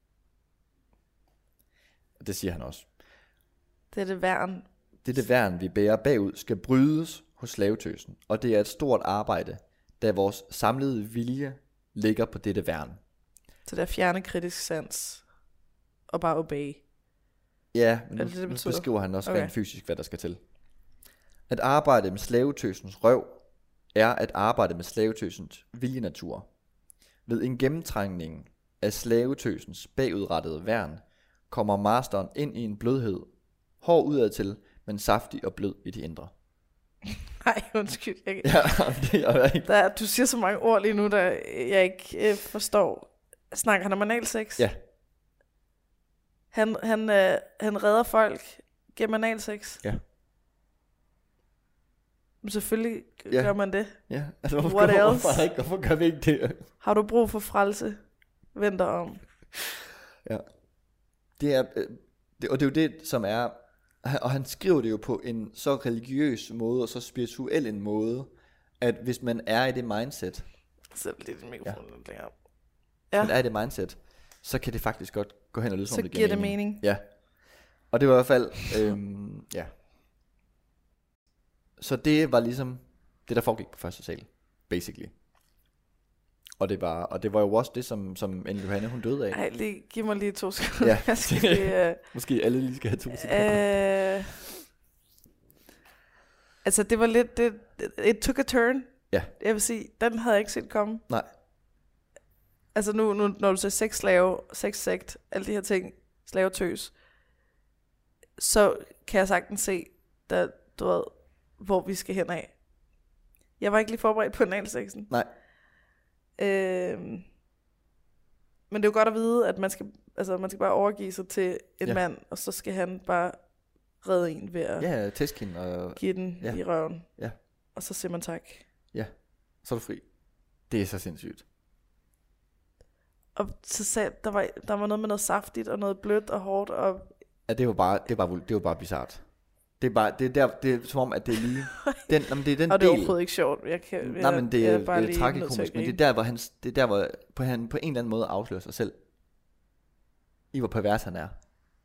det siger han også. Det er det værn. Dette værn, vi bærer bagud, skal brydes hos slavetøsen. Og det er et stort arbejde, da vores samlede vilje ligger på dette værn. Så det er fjerne kritisk sans. Og bare obey. Ja, men Er nu, det, det nu betyder? beskriver han også Okay. rent fysisk, hvad der skal til. At arbejde med slavetøsens røv er at arbejde med slavetøsens viljenatur. Ved en gennemtrængning af slavetøsens bagudrettede værn kommer masteren ind i en blødhed, hård udadtil, men saftig og blød i de indre. Nej, undskyld. Jeg, Ja, det er ikke. du siger så mange ord lige nu, der jeg ikke forstår. Snakker han om analsex? Ja. Han redder folk gennem analsex? Ja. Men selvfølgelig Ja. gør man det. Ja, altså What else? hvorfor gør vi ikke det? Har du brug for frelse? Vent dig om. Ja. Det er, og det er jo det, som er, og han skriver det jo på en så religiøs måde, og så spirituel en måde, at hvis man er i det mindset, Så lidt en mikrofon lidt længere. ja. Ja. man er i det mindset, så kan det faktisk godt gå hen og lyde, som Så det giver det mening. Ja. Og det var i hvert fald, ja. Så det var ligesom det, der foregik på første sal, basically. Og det var jo også det, som Anne Johanne, hun døde af. Ej, giv mig lige 2 sekunder. Ja. Jeg skal lige, Måske alle lige skal have 2 sekunder. altså, det var lidt... It took a turn. Ja. Jeg vil sige, den havde jeg ikke set komme. Nej. Altså nu når du siger sexslave, sexsekt, alle de her ting, slavetøs, så kan jeg sagtens se, der, du ved, hvor vi skal hen af. Jeg var ikke lige forberedt på analsexen. Nej. Men det er jo godt at vide, at man skal bare overgive sig til en mand, og så skal han bare redde en ved at Ja, tæsk hende og give den i røven. Ja. Og så siger man tak. ja, så er du fri. Det er så sindssygt. Og så sagde, der var noget med noget saftigt og noget blødt og hårdt og Ja, det var bare bizart. Det er som om at det er lige den, jamen, det er den og det er del. overhovedet ikke sjovt. Nej, men det er bare lige tragikomisk, nødt til at men det er der hvor han på en eller anden måde afslører sig selv. I hvor pervers han er.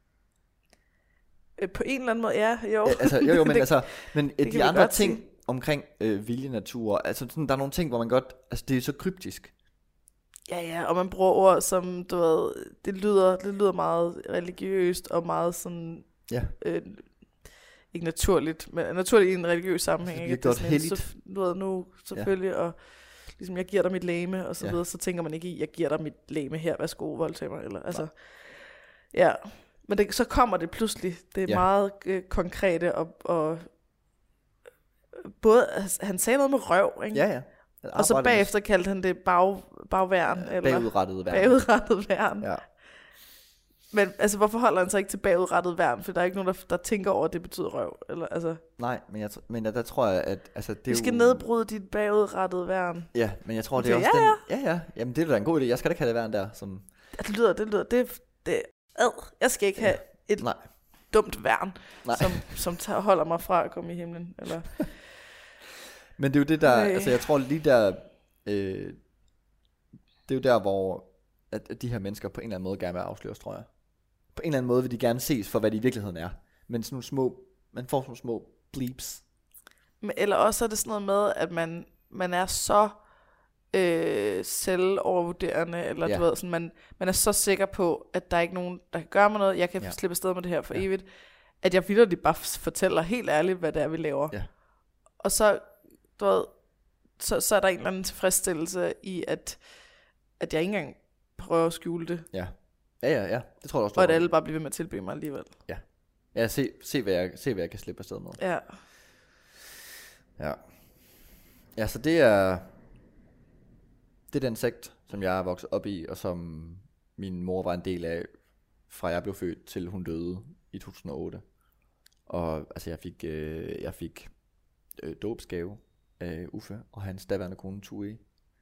På en eller anden måde, ja, jo. Altså, jo, men Det- altså, men kan vi de andre godt ting sige. omkring viljenatur, altså sådan, der er nogle ting, hvor man godt, altså det er så kryptisk. Ja, og man bruger ord som, du ved, det lyder meget religiøst og meget sådan, Ja. ikke naturligt, men naturligt i en religiøs sammenhæng. Det Ikke? bliver At det er gjort sådan en, helligt. du ved, nu selvfølgelig, og ligesom jeg giver dig mit legeme, og så videre, så tænker man ikke i, jeg giver dig mit legeme her, værsgo, voldtag mig, eller altså, ja. Men så kommer det pludselig, det er meget konkrete, og både, han sagde noget med røv, ikke? Ja. Og så bagefter kaldte han det bagværn, eller bagudrettet værn. bagudrettet værn. Ja. Men altså, hvorfor holder han så ikke til bagudrettet værn? For der er ikke nogen, der tænker over, at det betyder røv. Eller, altså, Nej, men der tror jeg, at altså, det vi skal nedbryde dit bagudrettede værn. Ja, men jeg tror, det er Okay, også den... Ja. Jamen, det er da en god idé. Jeg skal da ikke have det værn der, som... Ja, det lyder, jeg skal ikke have et Nej. dumt værn, Nej. som holder mig fra at komme i himlen. Eller... Men det er jo det der, Okay. altså jeg tror lige der, det er jo der, hvor at de her mennesker på en eller anden måde gerne vil afsløres, tror jeg. På en eller anden måde vil de gerne ses for, hvad de i virkeligheden er. Men sådan nogle man får sådan nogle små bleeps. Eller også er det sådan noget med, at man er så selvovervurderende, eller du ved, sådan, man er så sikker på, at der er ikke nogen, der kan gøre mig noget, jeg kan slippe afsted med det her for evigt, at jeg vitterligt bare fortæller helt ærligt, hvad det er, vi laver. Ja. Og så, du ved, så er der en eller anden tilfredsstillelse i, at jeg ikke engang prøver at skjule det. Ja. Ja. Det tror jeg også. Og at alle bare bliver ved med at tilbyde mig alligevel. Ja. Ja, se hvad jeg kan slippe afsted med. Ja. Ja. Ja, så det er den sekt, som jeg er vokset op i, og som min mor var en del af, fra jeg blev født til hun døde i 2008. Og altså jeg fik dåbsgave af Uffe og hans daværende kone Tue.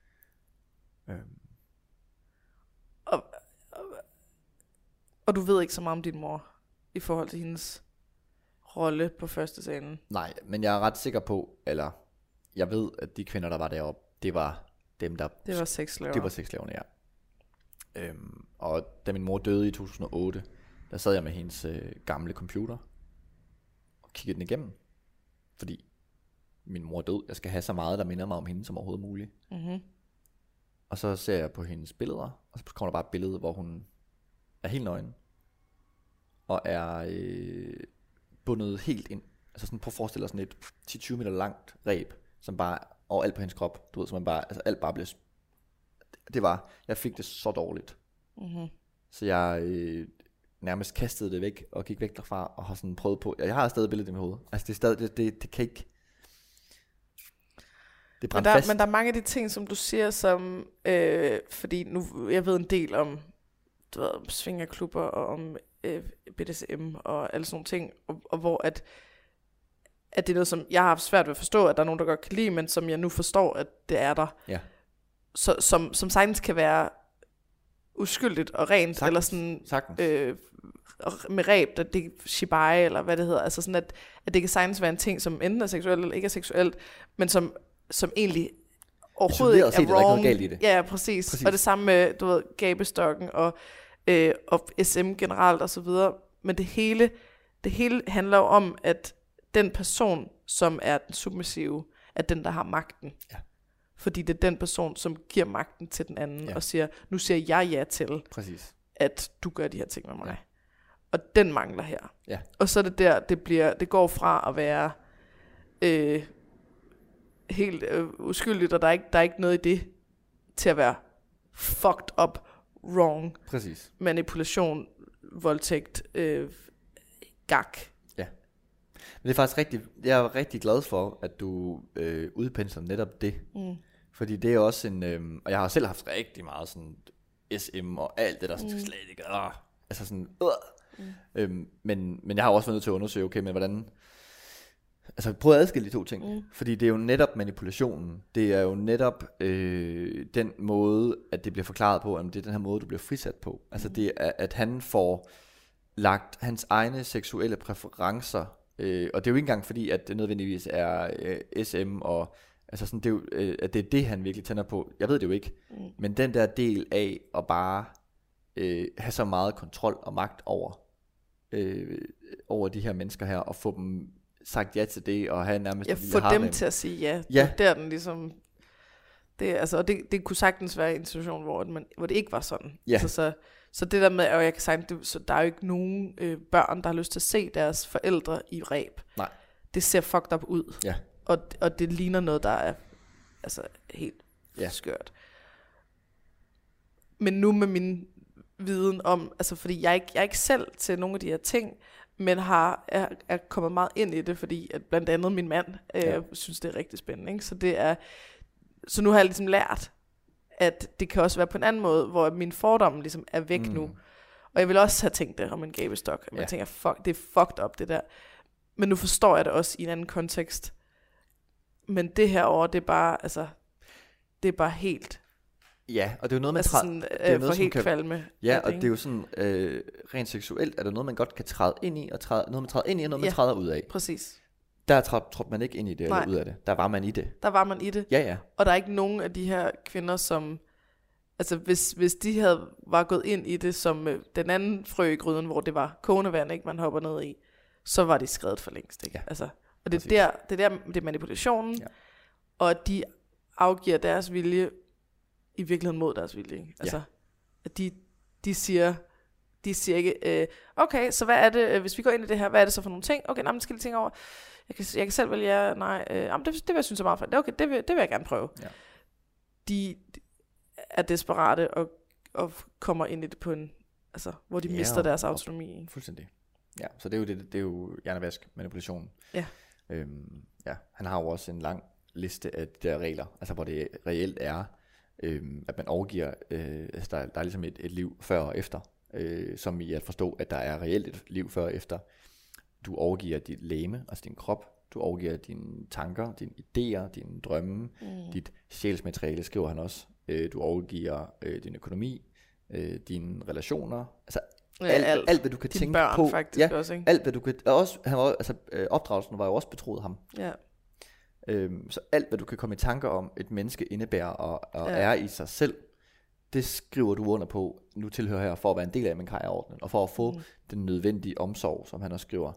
Og du ved ikke så meget om din mor i forhold til hendes rolle på første scenen? Nej, men jeg er ret sikker på, eller jeg ved, at de kvinder, der var deroppe, det var dem, der... Det var sexslaver. Det var sexslaverne, ja. Og da min mor døde i 2008, der sad jeg med hendes gamle computer og kiggede den igennem. Fordi min mor død. Jeg skal have så meget, der minder mig om hende som overhovedet muligt. Mm-hmm. Og så ser jeg på hendes billeder, og så kommer der bare et billede, hvor hun er helt nøgen. Og er bundet helt ind. Altså sådan, prøv at forestille dig sådan et 10-20 meter langt reb, som bare overalt på hendes krop. Du ved, som man bare, altså alt bare blev... Jeg fik det så dårligt. Mm-hmm. Så jeg nærmest kastede det væk, og gik væk derfra, og har sådan prøvet på... Jeg har stadig billedet i mit hoved. Altså det er stadig, det kan ikke... Det brænder fast. Men der er mange af de ting, som du siger, som... fordi nu, jeg ved en del om, du ved, svingerklubber, og om BDSM, og alle sådan nogle ting, og hvor at det er noget, som jeg har haft svært ved at forstå, at der er nogen, der godt kan lide, men som jeg nu forstår, at det er der. Ja. Så, som sagtens kan være uskyldigt og rent, Sagtens. eller sådan Sagtens. med reb, det er shibai, eller hvad det hedder, altså sådan, at det kan sagtens være en ting, som enten er seksuelt eller ikke er seksuelt, men som egentlig overhovedet ikke er set, wrong. Der er ikke noget galt i det. Ja, præcis. Og det samme med, du ved, gabestokken og SM generelt og så videre. Men det hele handler jo om, at den person, som er den submissive, er den, der har magten. Ja. Fordi det er den person, som giver magten til den anden, og siger, nu siger jeg ja til, Præcis. at du gør de her ting med mig. Ja. Og den mangler her. Ja. Og så er det der, det går fra at være helt uskyldigt, og der er ikke noget i det, til at være fucked up, wrong, Præcis. manipulation, voldtægt, gak. Ja. Men det er faktisk jeg er rigtig glad for, at du udpensler netop det. Mm. Fordi det er også en, og jeg har selv haft rigtig meget sådan SM og alt det der, sådan slet ikke, altså sådan, men jeg har også været nødt til at undersøge, okay, men hvordan, altså prøv at adskille de to ting, fordi det er jo netop manipulationen, det er jo netop den måde, at det bliver forklaret på, at det er den her måde, du bliver frisat på, altså det er, at han får lagt hans egne seksuelle præferencer, og det er jo ikke engang fordi, at det nødvendigvis er SM, og altså sådan, det er jo, at det er det, han virkelig tænder på, jeg ved det jo ikke, men den der del af at bare have så meget kontrol og magt over de her mennesker her, og få dem sagt ja til det, og have nærmest... Ja, få dem til at sige ja. Ja. Der er den ligesom... Det, altså, og det kunne sagtens være en situation, hvor det ikke var sådan. Ja. Altså, så det der med, at jeg kan sige, så der er jo ikke nogen børn, der har lyst til at se deres forældre i reb. Nej. Det ser fucked up ud. Ja. Og det ligner noget, der er altså helt skørt. Men nu med min viden om, altså fordi jeg er ikke selv til nogle af de her ting, men er kommet meget ind i det, fordi at blandt andet min mand synes, det er rigtig spændende. Ikke? Så nu har jeg ligesom lært, at det kan også være på en anden måde, hvor min fordom ligesom er væk nu. Og jeg vil også have tænkt det om en gabestok. Jeg tænker, fuck, det er fucked up det der. Men nu forstår jeg det også i en anden kontekst. Men det her over, det er bare, altså, det er bare helt... Ja, og det er jo noget, man altså sådan, det er noget, for helt kvalme. Ja, og det er jo sådan, rent seksuelt, er det noget, man godt kan træde ind i, og noget man træder ind i, og noget man træder ud af. Præcis. Der trådte man ikke ind i det, eller ud af det. Der var man i det. Der var man i det. Ja. Og der er ikke nogen af de her kvinder, som... Altså, hvis de var gået ind i det som den anden frø i gryden, hvor det var kogende vand, ikke, man hopper ned i, så var de skrevet for længst, ikke? Ja. Altså, og det er manipulationen, og de afgiver deres vilje i virkeligheden mod deres vilje, ikke? Altså, at de siger, De siger ikke, okay, så hvad er det, hvis vi går ind i det her, hvad er det så for nogle ting? Okay, nej, men skal jeg tænke over. Jeg kan selv vælge ja, nej. Det vil jeg synes er meget fedt. Okay, det vil jeg gerne prøve. Ja. De er desperate og kommer ind i det på en, altså, hvor de mister deres autonomi. Fuldstændig. Ja, så det er jo hjernevask manipulation. Ja. Han har jo også en lang liste af de der regler, altså hvor det reelt er, at man overgiver, altså der er ligesom et liv før og efter, som i at forstå, at der er reelt et liv før og efter. Du overgiver dit legeme, altså din krop, du overgiver dine tanker, dine idéer, dine drømme, dit sjælsmateriale, skriver han også. Du overgiver din økonomi, dine relationer, altså alt hvad du kan tænke børn, på. Faktisk også, ikke? Alt hvad du kan, også, opdragelsen var jo også betroet ham. Ja. Så alt hvad du kan komme i tanker om et menneske indebærer og er i sig selv, det skriver du under på, nu tilhører her for at være en del af Menkaja-ordenen, og for at få den nødvendige omsorg, som han også skriver,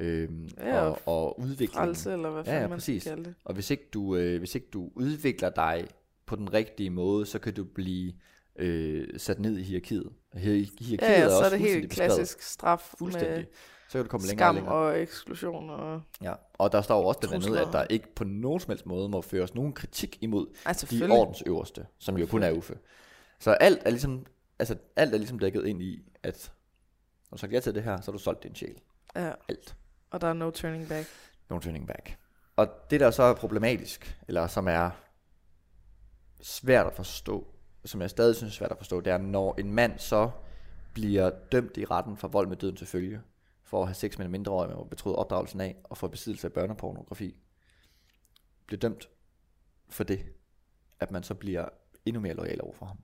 og udvikling. Frelse, eller hvad fanden man skal kalde det. Og hvis ikke du udvikler dig på den rigtige måde, så kan du blive sat ned i hierarkiet. Hierarkiet er så er det helt klassisk straf med så kan du komme skam længere. og eksklusion. Og der står også blandt andet, at der ikke på nogen som helst måde må føres nogen kritik imod de ordensøverste, som jo kun er Uffe. Så alt er ligesom dækket ind i, at når du sagt ja til det her, så har du solgt din sjæl. Ja. Alt. Og der er no turning back. No turning back. Og det der så er problematisk, eller som er svært at forstå, som jeg stadig synes er svært at forstå, det er, når en mand så bliver dømt i retten for vold med døden til følge, for at have sex med en mindreårig, man betroet opdragelsen af, og for besiddelse af børnepornografi, bliver dømt for det, at man så bliver endnu mere loyal over for ham.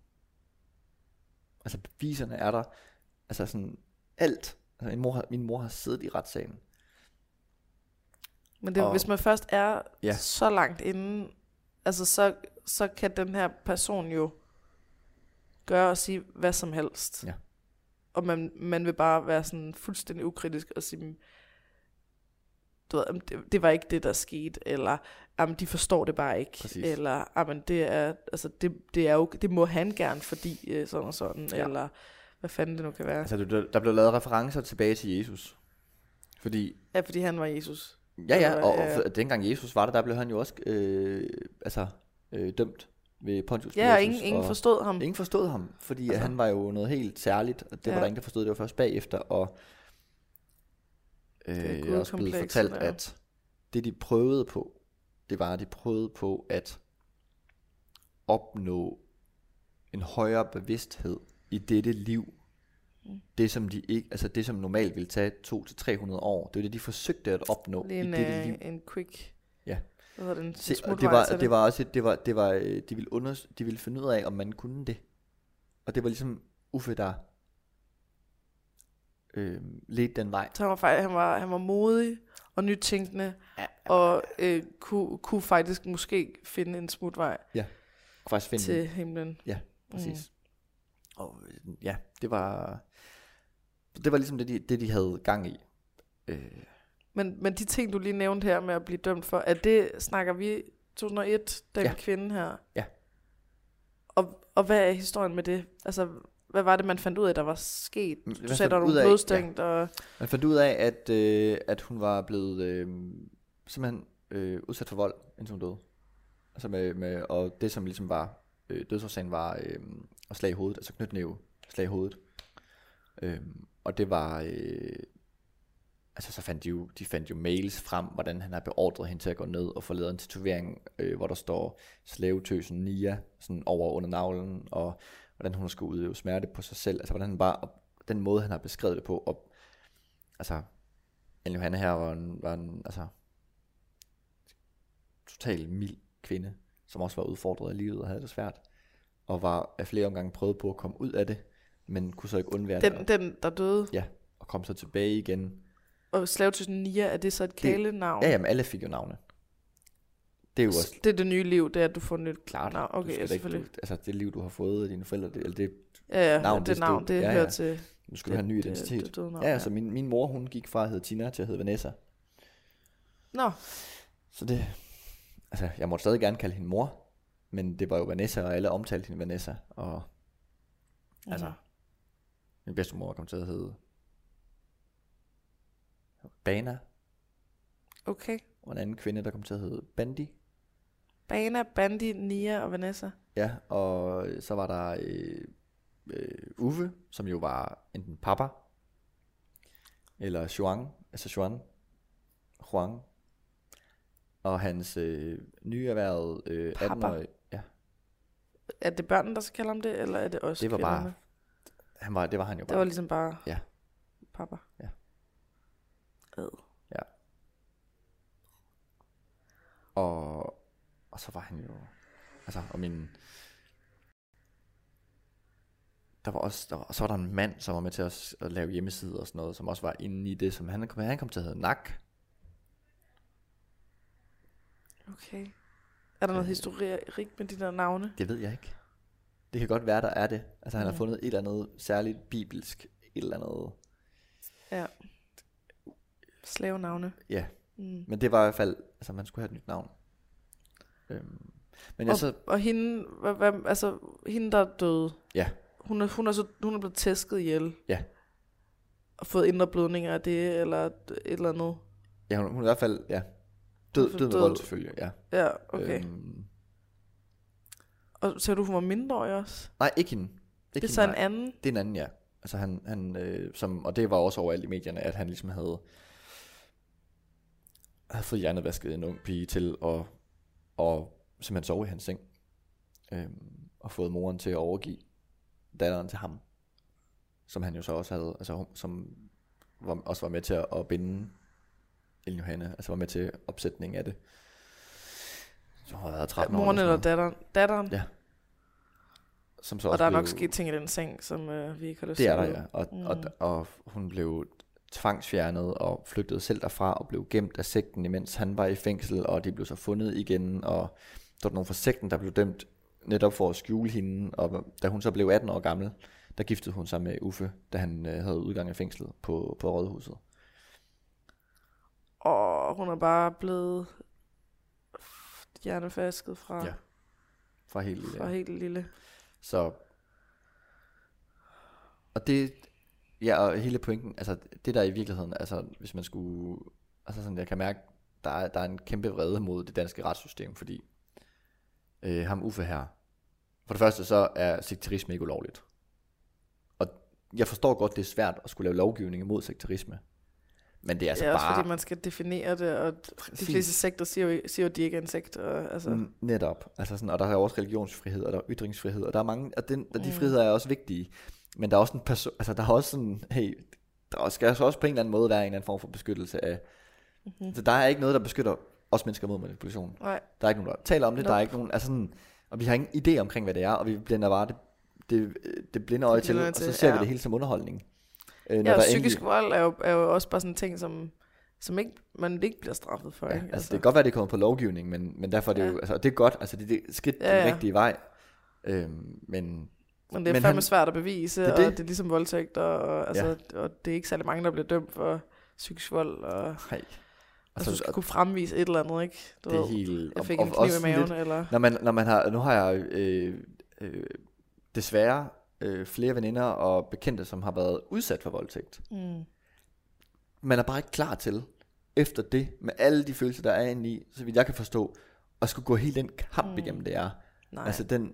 Altså beviserne er der, altså sådan alt. Altså, min mor har siddet i retssagen. Men det, hvis man først er så langt inde, altså så kan den her person jo gøre og sige hvad som helst. Ja. Og man vil bare være sådan fuldstændig ukritisk og sige, du ved, det var ikke det, der skete, eller de forstår det bare ikke. Præcis. Eller det må han gerne, fordi sådan og sådan, eller hvad fanden det nu kan være. Altså der blev lavet referencer tilbage til Jesus. Fordi han var Jesus. Og dengang Jesus var der blev han jo også dømt ved Pontius Pilatus. Ja, ingen forstod ham. Ingen forstod ham, fordi han var jo noget helt særligt, og det var der ingen, der forstod. Det var først bagefter, og jeg er også blevet fortalt, at det de prøvede på, det var, at de prøvede på at opnå en højere bevidsthed i dette liv. Det som de ikke, altså det som normalt ville tage 200 til 300 år, det var det de forsøgte at opnå i dette liv. En quick. Ja. De ville finde ud af, om man kunne det. Og det var ligesom Uffe, der ledte den vej. Så han var modig og nytænkende, og kunne faktisk måske finde en smutvej til himlen. Ja, præcis. Og det var ligesom det de havde gang i. Men de ting, du lige nævnte her med at blive dømt for, snakker vi 2001, den kvinde her? Ja. Og hvad er historien med det? Altså, hvad var det, man fandt ud af, der var sket? Du sagde, der nogle blodstængt. Og man fandt ud af, at hun var blevet simpelthen udsat for vold, indtil hun døde. Altså og det, som ligesom var dødsårsagen, var at slag i hovedet, altså knytnæve slag i hovedet. Og det var... så fandt de fandt jo mails frem, hvordan han har beordret hende til at gå ned og få lavet en tatovering, hvor der står slavetøsen Nia sådan over under navlen, og hvordan hun skulle udøve smerte på sig selv. Altså hvordan han bare, den måde han har beskrevet det på, og altså Johanne her var en totalt mild kvinde, som også var udfordret af livet og havde det svært, og var af flere omgange prøvet på at komme ud af det, men kunne så ikke undvære det. Den der døde? Ja, og kom så tilbage igen. Og slavetøsen Nia, er det så et kælenavn? Ja, jamen alle fik jo navne. Det er jo også... Det er det nye liv, det er, at du får et nyt klart navn. Okay, selvfølgelig. Det liv, du har fået af dine forældre, det navn, det hører til... Nu skal du have en ny identitet. Så min mor, hun gik fra at hedde Tina til at hedde Vanessa. Nå. Så det... Altså, jeg måtte stadig gerne kalde hende mor, men det var jo Vanessa, og alle omtalte hende Vanessa, og... Altså... Min bedstemor kom til at hedde Bana. Okay. Og en anden kvinde, der kom til at hedde Bandi. Bana, Bandi, Nia og Vanessa. Ja, og så var der Uffe, som jo var enten pappa, eller Juan. Og hans nyerhvervede 18-årige. Ja. Er det børnene, der skal kalde ham det, eller er det også Det var kvinderne? bare, det var han jo bare. Det var ligesom bare Ja. pappa. Ja. Ja. Og så var han jo, altså, og min, så var der en mand, som var med til at lave hjemmesider og sådan noget, som også var inde i det, som han kom til at hedde Nak. Okay. Er der noget historik med de der navne? Det ved jeg ikke. Det kan godt være, der er det. Altså han har fundet et eller andet særligt bibelsk, et eller andet. Ja. Slavenavne. Ja. Men det var i hvert fald, altså man skulle have et nyt navn. Men og hende, altså hende der døde. Ja. Hun er blevet tæsket ihjel. Ja. Og fået indre blødninger af det, eller et eller andet. Ja, hun er i hvert fald, ja. Død med vold selvfølgelig, ja. Ja, okay. Og så du, hun var mindreårig også? Nej, ikke hende. Det er så en anden? Det er en anden, ja. Altså han som, og det var også overalt i medierne, at han ligesom havde fået hjernevasket en ung pige til at simpelthen sove i hans seng. Og fået moren til at overgive datteren til ham. Som han jo så også havde, altså som også var med til at binde Ellen Johanne, altså var med til opsætningen af det. Så har været 13 år. Moren eller datteren? Ja. Som så og også der er blev, nok sket ting i den seng, som vi ikke har lyst til. Det er der, ja. Og hun blev tvangsfjernet og flygtede selv derfra og blev gemt af sekten, imens han var i fængsel, og de blev så fundet igen, og der var nogle fra sekten, der blev dømt netop for at skjule hende, og da hun så blev 18 år gammel, der giftede hun sig med Uffe, da han havde udgang af fængslet på Rådhuset. Og hun er bare blevet hjernefasket fra... Ja. Fra helt lille. Fra helt lille. Så... Og det... Ja, og hele pointen, altså det der i virkeligheden, altså hvis man skulle... Altså sådan, jeg kan mærke, der er en kæmpe vrede mod det danske retssystem, fordi ham Uffe her, for det første så er sekterisme ikke ulovligt. Og jeg forstår godt, det er svært at skulle lave lovgivning imod sekterisme. Men det er altså også bare... fordi man skal definere det, og de fleste sekter siger jo, at de ikke er en sekt. Og, altså. Netop. Altså sådan, og der er også religionsfrihed, og der er ytringsfrihed, og der er mange, og de friheder er også vigtige. Men der er også en altså der er også sådan, hey, der skal også på en eller anden måde være en eller anden form for beskyttelse af... Så der er ikke noget, der beskytter os mennesker mod manipulation. Nej. Der er ikke nogen, der taler om det, der er ikke nogen... Altså sådan, og vi har ingen idé omkring, hvad det er, og vi blænder bare det blinde øje til, og så ser vi det hele som underholdning. Ja, psykisk vold er jo også bare sådan en ting, som ikke, man ikke bliver straffet for. Ja, ikke? altså det kan godt være, det kommer på lovgivning, men derfor er det jo, altså det er godt, altså det er skridt den rigtige vej. Men det er fandme svært at bevise, det. Og det er ligesom voldtægt, og det er ikke særlig mange, der bliver dømt for psykisk vold, og altså, du skal kunne fremvise et eller andet, ikke? Det er helt... Jeg fik en kniv i maven, eller... Når man har, nu har jeg desværre flere veninder og bekendte, som har været udsat for voldtægt. Man er bare ikke klar til, efter det, med alle de følelser, der er inde i, så vidt jeg kan forstå, at skulle gå hele den kamp igennem, det er. Nej. Altså den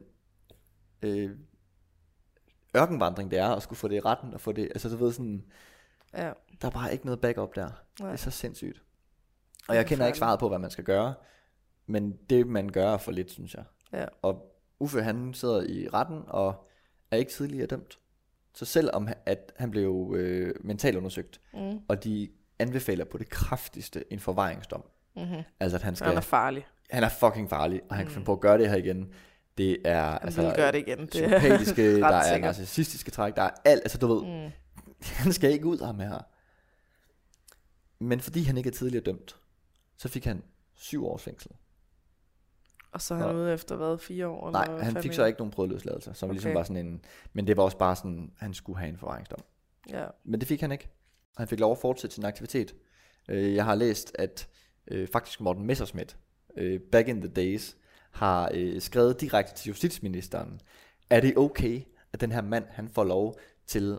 ørkenvandring, det er, at skulle få det i retten, og få det, altså du ved sådan, der er bare ikke noget backup der. Nej. Det er så sindssygt. Og jeg kender ikke svaret på, hvad man skal gøre, men det man gør er for lidt, synes jeg. Ja. Og Uffe, han sidder i retten, og er ikke tidligere dømt. Så selvom at han blev mentalundersøgt, og de anbefaler på det kraftigste en forvaringsdom. Altså at han er farlig. Han er fucking farlig, og han kan finde på at gøre det her igen. Det er han vil gøre det igen. Sympatiske, der er narcissistiske træk, der er alt, altså du ved, han skal ikke ud af ham her. Men fordi han ikke er tidligere dømt, så fik han 7 års fængsel. Og så er han ude efter 4 år? Nej, eller han fik så ikke nogen prøveløsladelse, som ligesom var sådan en, men det var også bare sådan, han skulle have en forvaringsdom. Ja. Men det fik han ikke. Han fik lov at fortsætte sin aktivitet. Jeg har læst, at faktisk Morten Messerschmidt, back in the days, har skrevet direkte til justitsministeren, er det okay, at den her mand, han får lov til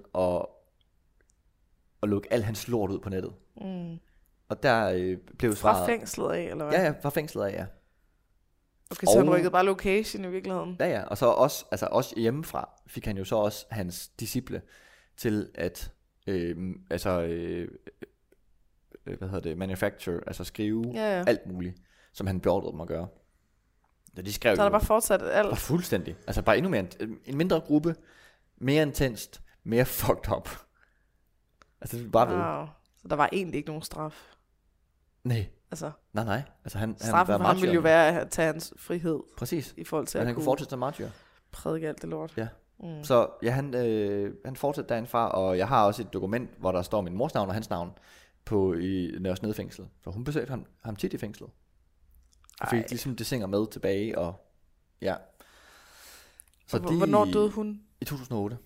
at lukke al hans lort ud på nettet. Og der blev svaret... Fra fængslet af, eller hvad? Ja, fra fængslet af, ja. Okay, så han rykkede bare location i virkeligheden. Ja, og så også hjemmefra fik han jo så også hans disciple til at manufacture, altså skrive alt muligt, som han beordrede dem at gøre. Så de skrev så er der bare fortsat alt. Bare fuldstændig. Altså bare endnu mere, en mindre gruppe, mere intenst, mere fucked up. Altså det bare ved. Så der var egentlig ikke nogen straf. Nej. Altså. Nej. Altså straffen for ham ville jo være at tage hans frihed. Præcis. I forhold til at han kunne fortsætte som martyr. Prædike alt det lort. Ja. Så ja, han fortsatte derindfra, og jeg har også et dokument, hvor der står min mors navn og hans navn i Nørre Snede fængsel. For hun besøgte ham tit i fængslet. Og fik ligesom det singer med tilbage, og ja. Så hvornår døde hun? I 2008.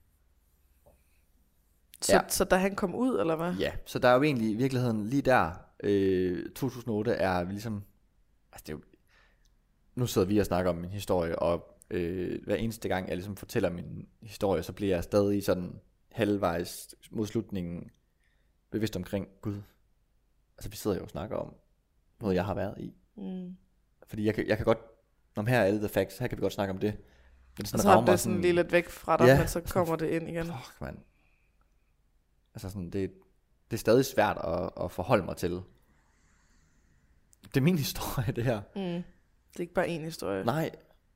Så da han kom ud, eller hvad? Ja, så der er jo egentlig i virkeligheden lige der, 2008 er vi ligesom, altså det er jo, nu sidder vi og snakker om min historie, og hver eneste gang jeg ligesom fortæller min historie, så bliver jeg stadig sådan halvvejs mod slutningen bevidst omkring Gud. Altså vi sidder jo og snakker om noget jeg har været i. Fordi jeg kan godt, når her er alle the facts, her kan vi godt snakke om det. Men sådan og så har det sådan lige lidt væk fra dig, men så kommer det ind igen. Fuck, man. Altså sådan, det er stadig svært at forholde mig til. Det er min historie, det her. Det er ikke bare en historie. Nej.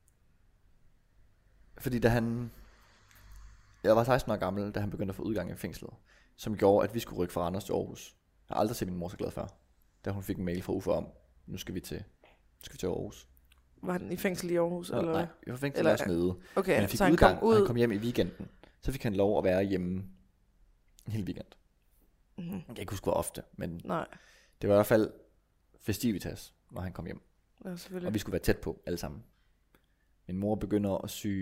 Fordi jeg var 16 år gammel, da han begyndte at få udgang i fængslet, som gjorde, at vi skulle rykke fra Randers til Aarhus. Jeg har aldrig set min mor så glad før, da hun fik en mail fra Uffe om, nu skal vi til Aarhus. Var han i fængsel i Aarhus? Eller? Nej, jeg var fængsel også nede. Okay, men han fik så udgang, kom ud. Han kom hjem i weekenden. Så fik han lov at være hjemme en hel weekend. Jeg kan ikke huske hvor ofte, men nej. Det var i hvert fald festivitas, når han kom hjem. Ja, og vi skulle være tæt på alle sammen. Min mor begynder at sy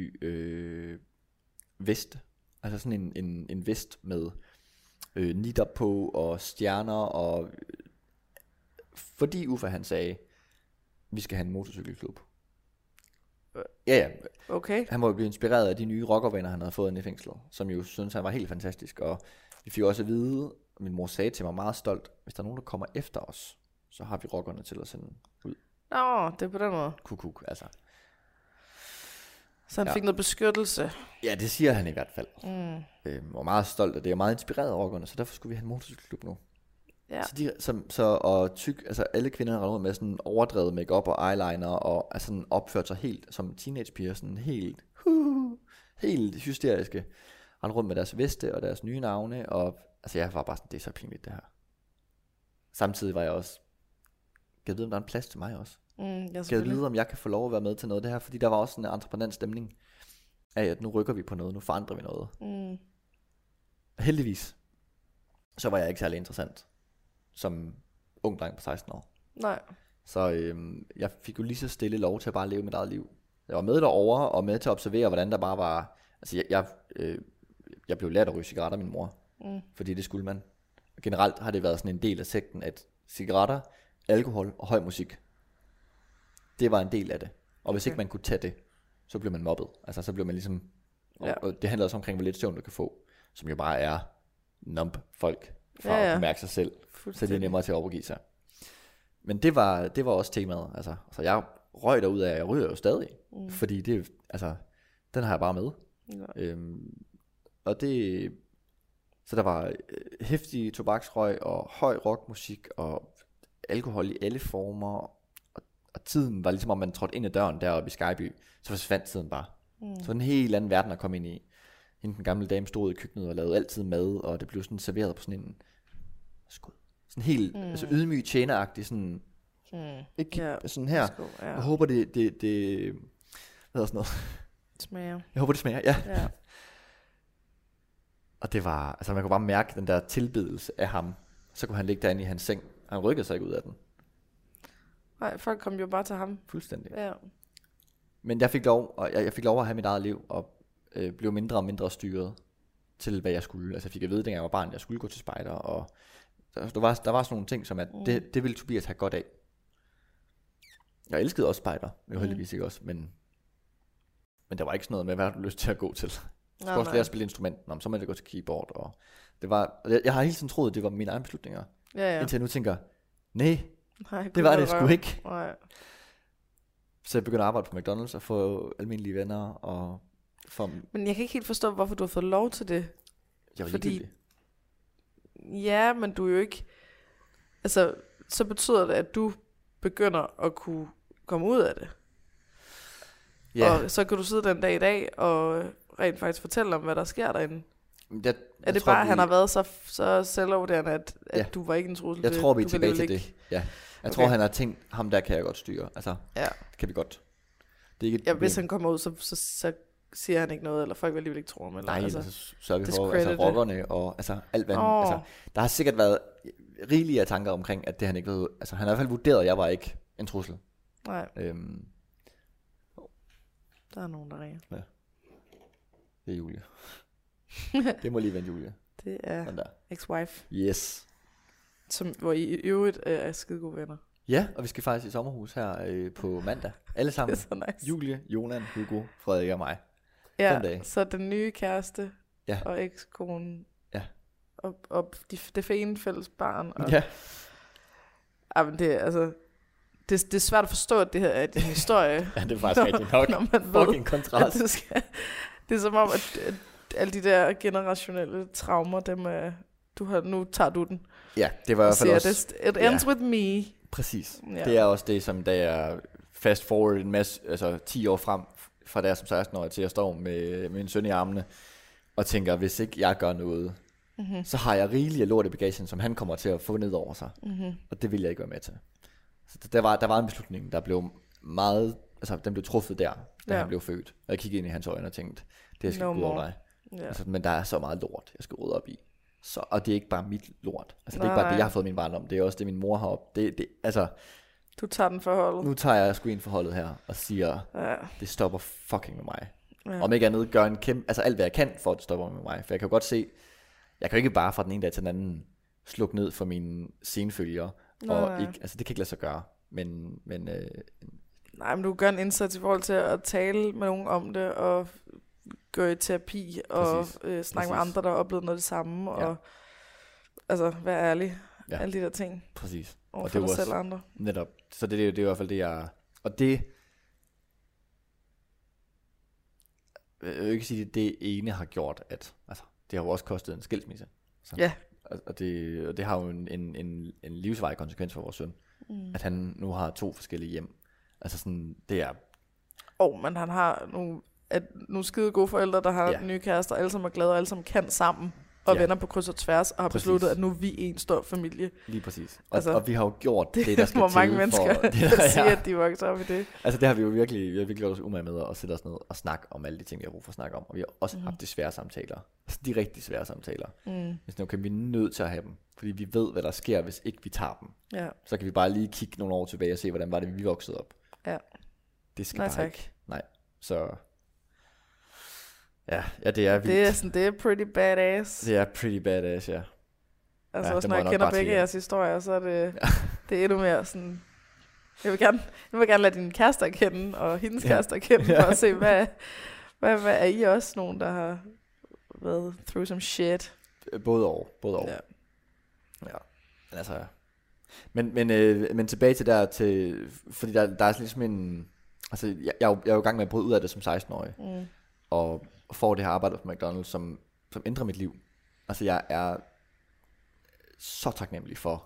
vest. Altså sådan en vest med nitter på og stjerner. Og fordi Uffe han sagde, vi skal have en motorcykelklub. Ja. Okay. Han må jo blive inspireret af de nye rockervenner, han havde fået inde i fængslet, som jo synes han var helt fantastisk. Og vi fik også at vide, min mor sagde til mig meget stolt, hvis der er nogen, der kommer efter os, så har vi rockerne til at sende ud. Det er på den måde. Kuk, altså. Så han fik noget beskyttelse. Ja, det siger han i hvert fald. Og meget stolt af det, og meget inspireret af rockerne, så derfor skulle vi have en motorcykelklub nu. Ja. Altså alle kvinderne render ud med sådan overdrevet makeup og eyeliner, og altså sådan opført sig helt som teenagepiger, sådan helt hysteriske. Rende rundt med deres veste og deres nye navne, og altså jeg var bare sådan, det er så pinligt det her. Samtidig var jeg også, kan jeg vide, om der er en plads til mig også? Kan jeg vide, om jeg kan få lov at være med til noget af det her, fordi der var også sådan en entreprenant stemning af, at nu rykker vi på noget, nu forandrer vi noget. Heldigvis, så var jeg ikke særlig interessant som ung dreng på 16 år. Nej. Så jeg fik jo lige så stille lov til at bare leve mit eget liv. Jeg var med derovre og med til at observere, hvordan der bare var. Altså jeg blev lært at ryge cigaretter af min mor, fordi det skulle man. Generelt har det været sådan en del af sekten, at cigaretter, alkohol og høj musik, det var en del af det. Og hvis ikke man kunne tage det, så blev man mobbet. Altså så blev man ligesom, og det handler også omkring, hvor lidt søvn du kan få, som jo bare er numb folk fra at mærke sig selv, så det er nemmere til at overgive sig. Men det var også temaet. Altså jeg røg derud af, jeg ryger jo stadig, fordi det, altså, den har jeg bare med. Ja. Og det, så der var heftig tobaksrøg og høj rockmusik og alkohol i alle former, og tiden var ligesom om man trådte ind ad døren deroppe i Skyby, så forsvandt tiden bare. Så en helt anden verden at komme ind i. Hende den gamle dame stod i køkkenet og lavede altid mad, og det blev sådan serveret på sådan en sådan helt altså ydmyg tjeneragtig sådan ikke sådan her. Jeg håber det hvad hedder sådan noget? Smager. Jeg håber det smager. Ja. Og det var, altså man kunne bare mærke den der tilbedelse af ham. Så kunne han ligge derinde i hans seng. Han rykkede sig ikke ud af den. Nej, folk kom jo bare til ham. Fuldstændig. Ja. Men jeg fik lov at have mit eget liv, og blev mindre og mindre styret til, hvad jeg skulle. Altså jeg fik at vide, dengang jeg var barn, at jeg skulle gå til spejder, og der var sådan nogle ting, som at det ville Tobias have godt af. Jeg elskede også spejder, jo heldigvis ikke også, men der var ikke sådan noget med, hvad har du lyst til at gå til. Jeg skulle også lære at spille instrument. Nå, så må jeg gå til keyboard. Og det var, jeg har hele tiden troet, at det var mine egne beslutninger. Ja. Indtil jeg nu tænker, nej, det var det sgu ikke. Nej. Så jeg begynder at arbejde på McDonald's og få almindelige venner. Og Men jeg kan ikke helt forstå, hvorfor du har fået lov til det. Jeg var ligegyldig. Ja, men du er jo ikke... Altså, så betyder det, at du begynder at kunne komme ud af det. Ja. Og så kan du sidde den dag i dag og rent faktisk fortælle om, hvad der sker derinde. Er det tror, bare, at han har været så selvoverderende, at du var ikke en trussel? Jeg tror, vi er tilbage til det. Ja. Jeg tror, han har tænkt, ham der kan jeg godt styre. Altså, det kan vi godt. Det er ikke et hvis han kommer ud, så siger han ikke noget, eller folk vil alligevel ikke tro ham. Eller, nej, altså, så er vi for rockerne og alt hvad altså, der har sikkert været rigelige af tanker omkring, at det han ikke ved. Altså, han har i hvert fald vurderet, at jeg var ikke en trussel. Nej. Der er nogen, der ringer. Ja. Det er Julie. Det må lige være Julie. Det er ex-wife. Yes. Hvor I øvrigt er skide gode venner. Ja, og vi skal faktisk i sommerhus her på mandag. Alle sammen. Det er så nice. Julie, Jonan, Hugo, Frederik og mig. Ja, så den nye kæreste og ekskonen. Ja. Og det fine fælles barn. Og, ja. Men det er altså... Det er svært at forstå, at det her er en historie. Ja, det er faktisk rigtig nok. Når man fucking kontrast. Det er som om, at alle de der generationelle traumer, dem er... Nu tager du den. Ja, det var i hvert fald også... It ends with me. Præcis. Ja. Det er også det, som da jeg fast forward en masse, altså 10 år frem, fra der som 16-årig til at stå med min søn i armene, og tænker, hvis ikke jeg gør noget, så har jeg rigeligt af lort i bagagen, som han kommer til at få ned over sig. Og det vil jeg ikke være med til. Så der var en beslutning, der blev meget, altså den blev truffet da han blev født. Og jeg kiggede ind i hans øjne og tænkte, det skal gå over dig. Altså, men der er så meget lort, jeg skal rydde op i. Så, og det er ikke bare mit lort. Altså, det er ikke bare det, jeg har fået min barndom. Det er også det, min mor har op. Altså, du tager den forholdet. Nu tager jeg sgu ind forholdet her og siger, det stopper fucking med mig. Om ikke andet gør en kæmpe, altså alt hvad jeg kan for at det stopper med mig. For jeg kan jo godt se, jeg kan jo ikke bare fra den ene dag til den anden slukke ned for mine senfølger. Og ikke, altså det kan ikke lade sig gøre. Men nej, men du gør en indsats i forhold til at tale med nogen om det, og gå i terapi, og snakke med andre, der har oplevet noget det samme, og altså, vær ærlig. Alle de der ting. Præcis. Og for dig selv og andre. Netop. Så det er i hvert fald det, jeg... Og det... Jeg vil ikke sige, at det ene har gjort, at... Altså, det har jo også kostet en skilsmisse. Så, ja. Og det har jo en livsvarig konsekvens for vores søn. At han nu har 2 forskellige hjem. Altså sådan, det er... men han har nogle skide gode forældre, der har nye kærester, alle sammen er glade, og alle sammen kan sammen. Og venner på kryds og tværs, og har besluttet, at nu er vi en stor familie. Lige præcis. Og vi har jo gjort det der skal til. Hvor mange mennesker siger, at de vokser op i det. Altså det har vi jo virkelig gjort os umage med at sætte os ned og snakke om alle de ting, vi har brug for at snakke om. Og vi har også haft de svære samtaler. Altså de rigtig svære samtaler. Hvis nu kan vi nødt til at have dem. Fordi vi ved, hvad der sker, hvis ikke vi tager dem. Ja. Så kan vi bare lige kigge nogle år tilbage og se, hvordan var det, vi voksede op. Ja. Det skal bare ikke. Nej, så... Ja, det er vildt. Det er pretty badass. Det er pretty badass, ja. Altså også når jeg kender begge jeres historier, så er det er endnu mere sådan... Jeg vil gerne lade dine kærester kende, og hendes kærester kende, for at se, hvad er I også nogen, der har været through some shit? Både år. Ja. Men altså... Men tilbage til fordi der er ligesom en... Altså, jeg er jo i gang med at bryde ud af det som 16-årig. Og får det her arbejde på McDonald's, som ændrer mit liv. Altså jeg er så taknemmelig for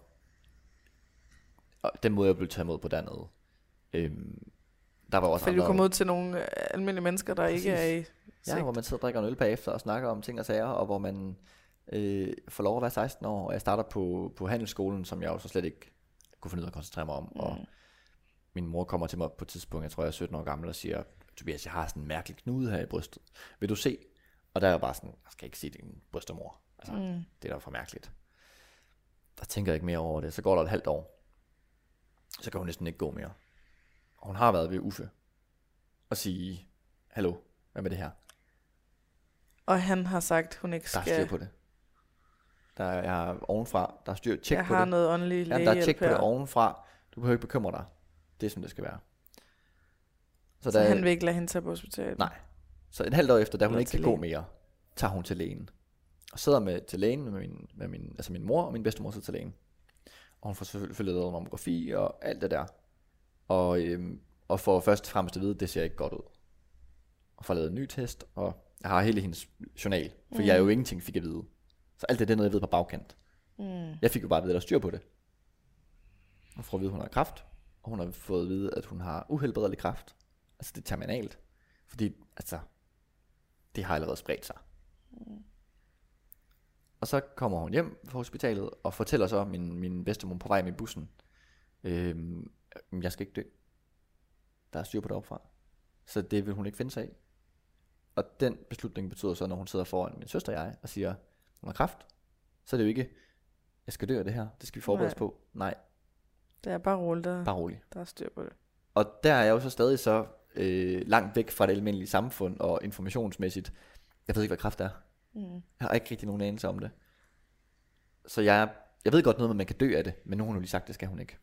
den måde, jeg blev taget imod på dernede. Der var også fordi du kom ud til nogle almindelige mennesker, der ikke er i sigt. Ja, hvor man sidder og drikker en øl bagefter og snakker om ting og sager, og hvor man får lov at være 16 år, og jeg starter på handelsskolen, som jeg jo så slet ikke kunne finde ud af at koncentrere mig om. Og min mor kommer til mig på et tidspunkt, jeg tror jeg er 17 år gammel, og siger, Tobias, jeg har sådan en mærkelig knude her i brystet. Vil du se? Og der er jeg bare sådan, jeg skal ikke se din brystemor. Altså, det er da for mærkeligt. Der tænker jeg ikke mere over det. Så går der et halvt år. Så kan hun næsten ikke gå mere. Og hun har været ved Uffe og sige, hallo, hvad med det her? Og han har sagt, hun ikke skal... Der er styr på det. Der er ovenfra, der er tjek på det. Jeg har noget åndelig lægehjælp. Der er tjek på det ovenfra. Du behøver ikke bekymre dig. Det er sådan, det skal være. Så han vil ikke lade hende tage på hospitalet? Nej. Så et halvt år efter, da hun ikke kan gå mere, tager hun til lægen. Og sidder til lægen med min mor og min bedstemor sidder til lægen. Og hun får selvfølgelig lavet mammografi og alt det der. Og får først og fremmest at vide, at det ser ikke godt ud. Og får lavet en ny test, og jeg har hele hendes journal. For jeg jo ingenting fik at vide. Så alt det er noget, jeg ved på bagkant. Jeg fik jo bare at vide, at der er styr på det. Hun får at vide, at hun har kræft. Og hun har fået at vide, at hun har uhelbredelig kræft. Altså det er terminalt. Fordi altså, det har allerede spredt sig. Og så kommer hun hjem fra hospitalet og fortæller så min bedstemor på vej med bussen, jeg skal ikke dø. Der er styr på det opfra. Så det vil hun ikke finde sig af. Og den beslutning betyder så, når hun sidder foran min søster og jeg og siger, hun har kræft, så er det jo ikke, jeg skal dø af det her. Det skal vi forberede os på. Nej. Det er bare roligt. Bare roligt. Der er styr på det. Og der er jeg jo så stadig så langt væk fra det almindelige samfund og informationsmæssigt. Jeg ved ikke, hvad kræft er. Jeg har ikke rigtig nogen anelse om det. Så jeg ved godt noget, at man kan dø af det, men nu har hun jo lige sagt, det skal hun ikke.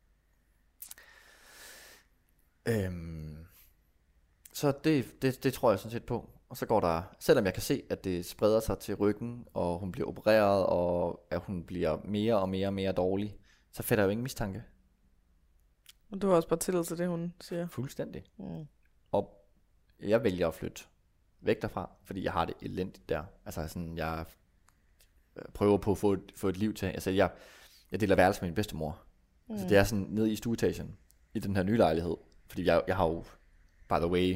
Så det tror jeg sådan set på. Og så går der, selvom jeg kan se, at det spreder sig til ryggen, og hun bliver opereret, og at hun bliver mere og mere og mere dårlig, så fatter jeg jo ingen mistanke. Og du har også bare tillid til det, hun siger. Fuldstændig. Og jeg vælger at flytte væk derfra, fordi jeg har det elendigt der. Altså sådan, jeg prøver på at få et liv til. Altså jeg deler værelse med min bedstemor. Altså det er sådan nede i stueetagen, i den her nye lejlighed. Fordi jeg har jo, by the way,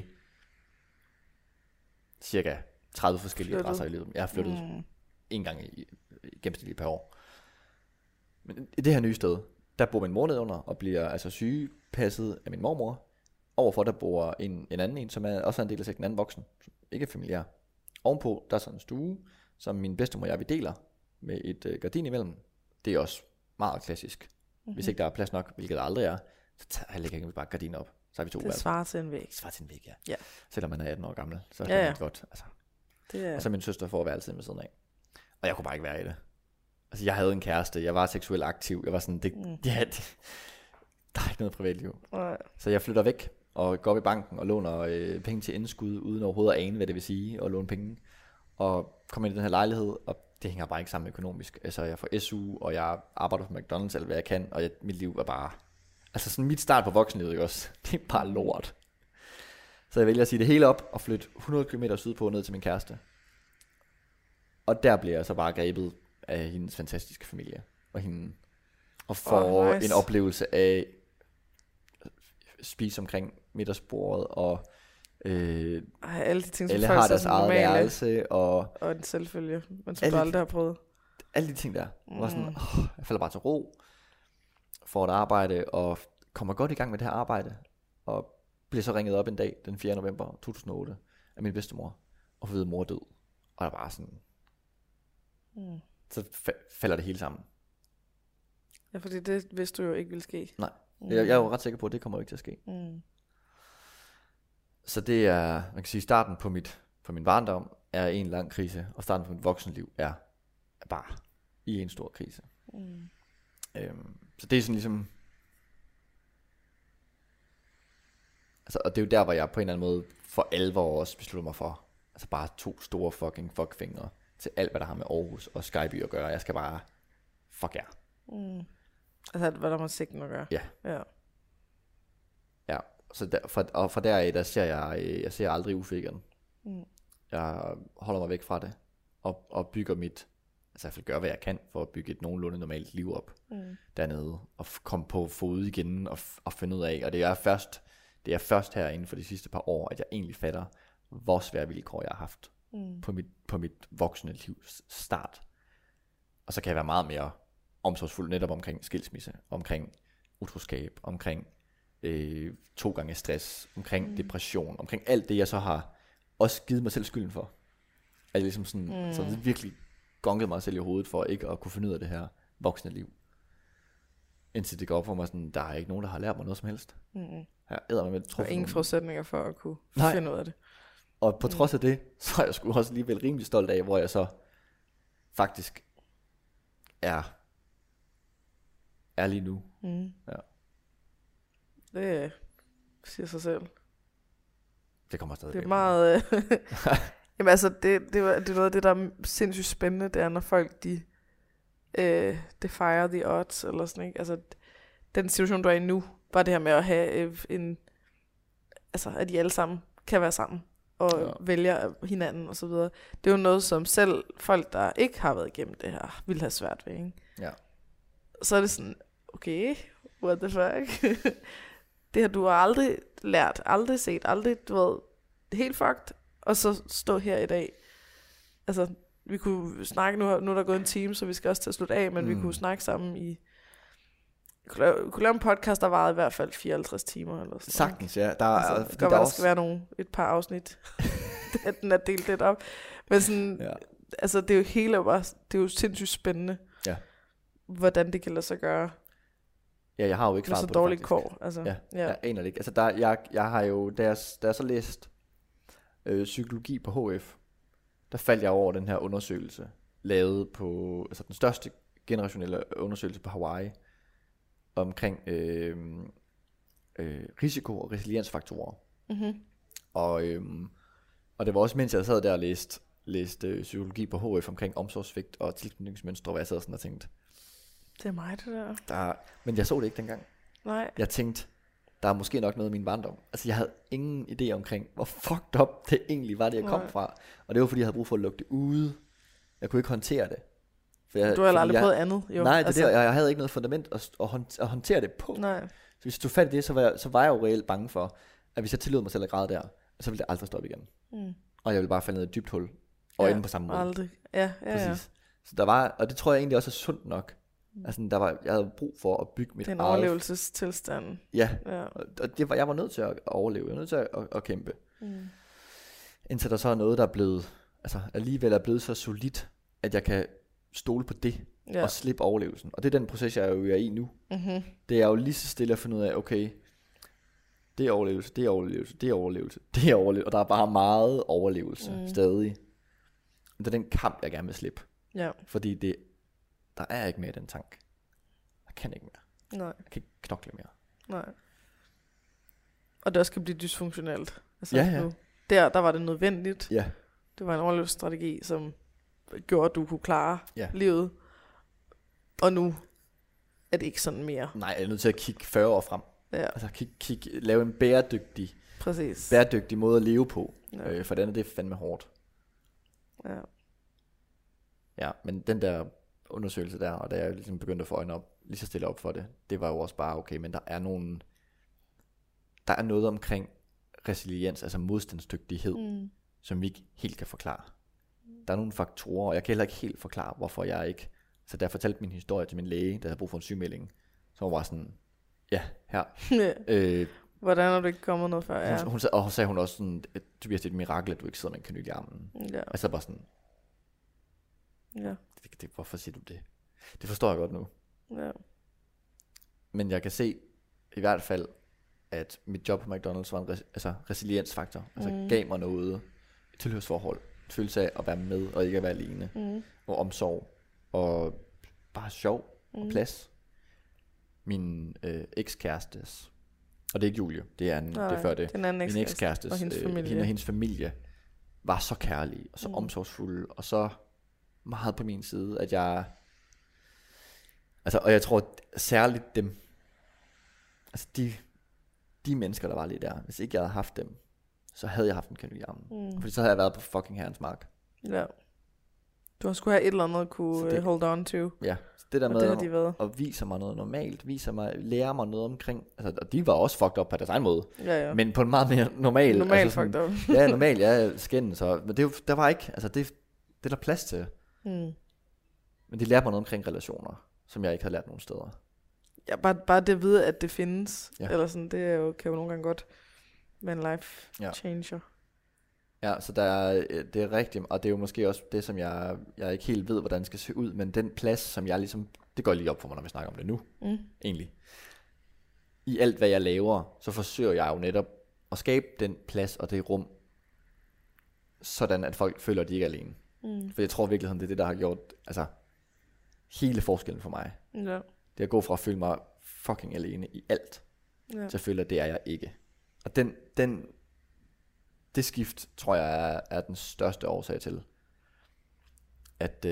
cirka 30 forskellige adresser i livet. Jeg har flyttet en gang i gennemsnitligt per år. Men i det her nye sted, der bor min mor ned under, og bliver altså sygepasset af min mormor. Overfor der bor en anden, som er også en del af slægten, en anden voksen, ikke familiær. Ovenpå, der er sådan en stue, som min bedstemor og jeg, vi deler, med et gardin imellem. Det er også meget klassisk. Hvis ikke der er plads nok, hvilket der aldrig er, så lægger jeg bare gardiner op. Så har vi to det svarer til en væg. Det svarer til en væg, ja. Ja. Selvom man er 18 år gammel, så er det godt. Altså. Det er... Og så min søster får værelset med siden af. Og jeg kunne bare ikke være i det. Altså jeg havde en kæreste, jeg var seksuelt aktiv, jeg var sådan, der er ikke noget privatliv. Så jeg flytter væk, og går op i banken og låner penge til indskud, uden overhovedet at ane, hvad det vil sige, at låne penge. Og kommer ind i den her lejlighed, og det hænger bare ikke sammen økonomisk. Altså jeg får SU, og jeg arbejder på McDonald's, eller hvad jeg kan, og mit liv er bare... Altså sådan mit start på voksenlivet, ikke også? Det er bare lort. Så jeg vælger at sige det hele op, og flytte 100 km sydpå ned til min kæreste. Og der bliver jeg så bare grebet af hendes fantastiske familie, og får en oplevelse af spise omkring middagsbordet, og alle de ting, som alle folk har deres eget værelse, og en selvfølge, men som du aldrig har prøvet. Alle de ting der, var sådan, jeg falder bare til ro, får et arbejde, og kommer godt i gang med det her arbejde, og bliver så ringet op en dag, den 4. november 2008, af min bedstemor, og får at vide, at mor er død. Og der bare sådan, så falder det hele sammen. Ja, fordi det vidste du jo ikke ville ske. Nej, jeg er jo ret sikker på, at det kommer ikke til at ske. Så det er, man kan sige, starten på min barndom er en lang krise, og starten på mit voksenliv er bare i en stor krise. Så det er sådan ligesom, altså, og det er jo der, hvor jeg på en eller anden måde for alvor også beslutter mig for, altså bare 2 store fucking fuckfingre til alt, hvad der har med Aarhus og Skyby at gøre. Jeg skal bare, fuck jer. Altså hvad der må sigten at gøre. Ja. Så fra deraf, der ser jeg ser aldrig ufikkeren. Jeg holder mig væk fra det, og bygger altså i hvert fald gør, hvad jeg kan, for at bygge et nogenlunde normalt liv op dernede, og komme på fod igen, og finde ud af, og det er først her inden for de sidste par år, at jeg egentlig fatter, hvor svære vilkår jeg har haft på mit voksne livs start. Og så kan jeg være meget mere omsorgsfuld netop omkring skilsmisse, omkring utroskab, omkring 2 gange stress, omkring depression, omkring alt det, jeg så har også givet mig selv skylden for. Altså ligesom sådan, så det virkelig gonget mig selv i hovedet for ikke at kunne finde ud af det her voksne liv. Indtil det går op for mig sådan, der er ikke nogen, der har lært mig noget som helst. Jeg æder mig med det. Og ingen forudsætninger for at kunne finde ud af det. Og på trods af det, så er jeg sgu også alligevel rimelig stolt af, hvor jeg så faktisk er lige nu. Ja. Det siger sig selv. Det kommer stadig. Det er meget Jamen altså, det er noget af det, der er sindssygt spændende, det er, når folk, de defier the odds, eller sådan, ikke? Altså, den situation, du er i nu, bare det her med at have altså, at de alle sammen kan være sammen, og vælger hinanden, og så videre. Det er jo noget, som selv folk, der ikke har været igennem det her, vil have svært ved, ikke? Ja. Så er det sådan, okay, what the fuck? Det har du aldrig lært, aldrig set, aldrig, du ved, helt fucked, og så stå her i dag. Altså, vi kunne snakke, nu er der gået en time, så vi skal også til at slutte af, men vi kunne snakke sammen i, kunne lave en podcast, der varede i hvert fald 54 timer, eller sådan. Sagtens, ja. Det kan der skal være et par afsnit, at den er delt lidt op. Men sådan, altså, det er jo hele bare, det er jo sindssygt spændende, hvordan det kan lade sig gøre. Ja, jeg har jo ikke svaret på det, dårligt kår. Altså, jeg aner det ikke. Altså, jeg har jo, da jeg så læst psykologi på HF, der faldt jeg over den her undersøgelse, lavet på, altså den største generationelle undersøgelse på Hawaii, omkring risiko- og resiliensfaktorer. Mm-hmm. Og det var også, mens jeg sad der og læste psykologi på HF omkring omsorgssvigt og tilknytningsmønstre, hvor jeg sad sådan og tænkte, det er mig, det der. Men jeg så det ikke dengang. Nej. Jeg tænkte, der er måske nok noget i min barndom. Altså, jeg havde ingen idé omkring, hvor fucked up det egentlig var, det jeg kom fra. Og det var, fordi jeg havde brug for at lukke det ude. Jeg kunne ikke håndtere det. Du har aldrig prøvet andet, jo. Nej, jeg havde ikke noget fundament at håndtere det på. Nej. Så hvis jeg tog fat i det, så var jeg jo reelt bange for, at hvis jeg tillod mig selv at græde der, så ville det aldrig stoppe igen. Og jeg ville bare falde ned i et dybt hul. Og inde på samme måde. Aldrig. Ja. Præcis. Så der var, og det tror jeg egentlig også er sundt nok. Altså, jeg havde brug for at bygge mit eget... Den overlevelsestilstand. Ja. Og jeg var nødt til at overleve. Jeg var nødt til at kæmpe. Indtil der så er noget, der er blevet... Altså, alligevel er blevet så solidt, at jeg kan stole på det og slippe overlevelsen. Og det er den proces, jeg er i nu. Mm-hmm. Det er jo lige så stille at finde ud af, okay, det er overlevelse, det er overlevelse, det er overlevelse, det er overlevelse. Og der er bare meget overlevelse stadig. Det er den kamp, jeg gerne vil slippe. Ja. Fordi der er ikke mere i den tank. Jeg kan ikke mere. Nej. Jeg kan ikke knokle mere. Nej. Og det også kan blive dysfunktionelt. Altså, ja. Nu, der var det nødvendigt. Ja. Det var en overlevelsesstrategi, som gjorde, at du kunne klare livet. Og nu er det ikke sådan mere. Nej, jeg er nødt til at kigge 40 år frem. Ja. Altså lave en bæredygtig måde at leve på. Ja. For det andet, det er fandme hårdt. Ja. Ja, men den der undersøgelse der, og da jeg ligesom begyndte at få øjnene op, lige så stille op for det, det var jo også bare okay, men der er noget omkring resiliens, altså modstandsdygtighed, som vi ikke helt kan forklare. Der er nogle faktorer, og jeg kan heller ikke helt forklare, hvorfor jeg ikke, så da jeg fortalte min historie til min læge, der havde brug for en sygemelding, så var sådan, her. Hvordan er du ikke kommet noget før? Ja. Og så sagde hun også sådan, Tobias, det er et mirakel, at du ikke sidder med en kanyl i armen. Ja. Og så bare sådan, hvorfor siger du det? Det forstår jeg godt nu. Ja. Men jeg kan se i hvert fald, at mit job på McDonald's var en resiliensfaktor. Altså gav mig noget, et tilhørsforhold, en følelse af at være med og ikke at være alene. Og omsorg og bare sjov og plads. Min ekskærestes, og det er ikke Julie, det er før det. Min ekskærestes og hendes familie var så kærlige og så omsorgsfulde og så meget på min side, at jeg og jeg tror særligt dem, altså de mennesker, der var lige der, hvis ikke jeg havde haft dem, så havde jeg haft en kanyl i armen. Fordi så havde jeg været på fucking herrens mark. Ja. Du har sgu have et eller andet at kunne hold on to. Ja, det der med at vise mig noget normalt, lære mig noget omkring, altså, og de var også fucked up på deres egen måde, men på en meget mere normal altså sådan, fucked up. Ja, normal, skænden, så, men der var ikke, altså det er der plads til. Men de lærte mig noget omkring relationer, som jeg ikke havde lært nogen steder. Ja, bare det at vide, at det findes, eller sådan, det er jo, kan jo nogle gange godt være en life changer. Ja, så det er rigtigt, og det er jo måske også det, som jeg ikke helt ved, hvordan det skal se ud, men den plads, som jeg ligesom, det går lige op for mig, når vi snakker om det nu, egentlig. I alt, hvad jeg laver, så forsøger jeg jo netop at skabe den plads og det rum, sådan at folk føler, at de ikke er alene. For jeg tror virkelig, det er det, der har gjort, altså, hele forskellen for mig. Ja. Det at gå fra at føle mig fucking alene i alt, til at føle, at det er jeg ikke. Og det skift, tror jeg, er den største årsag til, at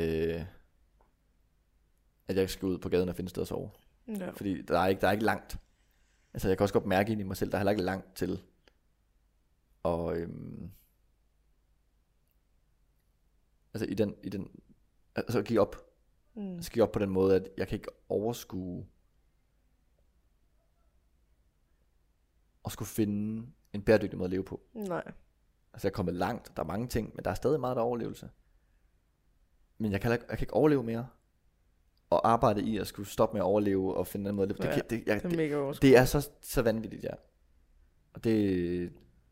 jeg ikke skal ud på gaden og finde et sted at sove. Ja. Fordi der er ikke langt. Altså jeg kan også godt mærke ind i mig selv, der er heller ikke langt til og altså i den altså at give op. Jeg skal give op på den måde, at jeg kan ikke overskue at skulle finde en bæredygtig måde at leve på. Nej. Altså jeg er kommet langt, der er mange ting, men der er stadig meget der er overlevelse. Men jeg kan ikke overleve mere. Og arbejde i at skulle stoppe med at overleve og finde en måde at leve. Det er så vanvittigt, ja. Og det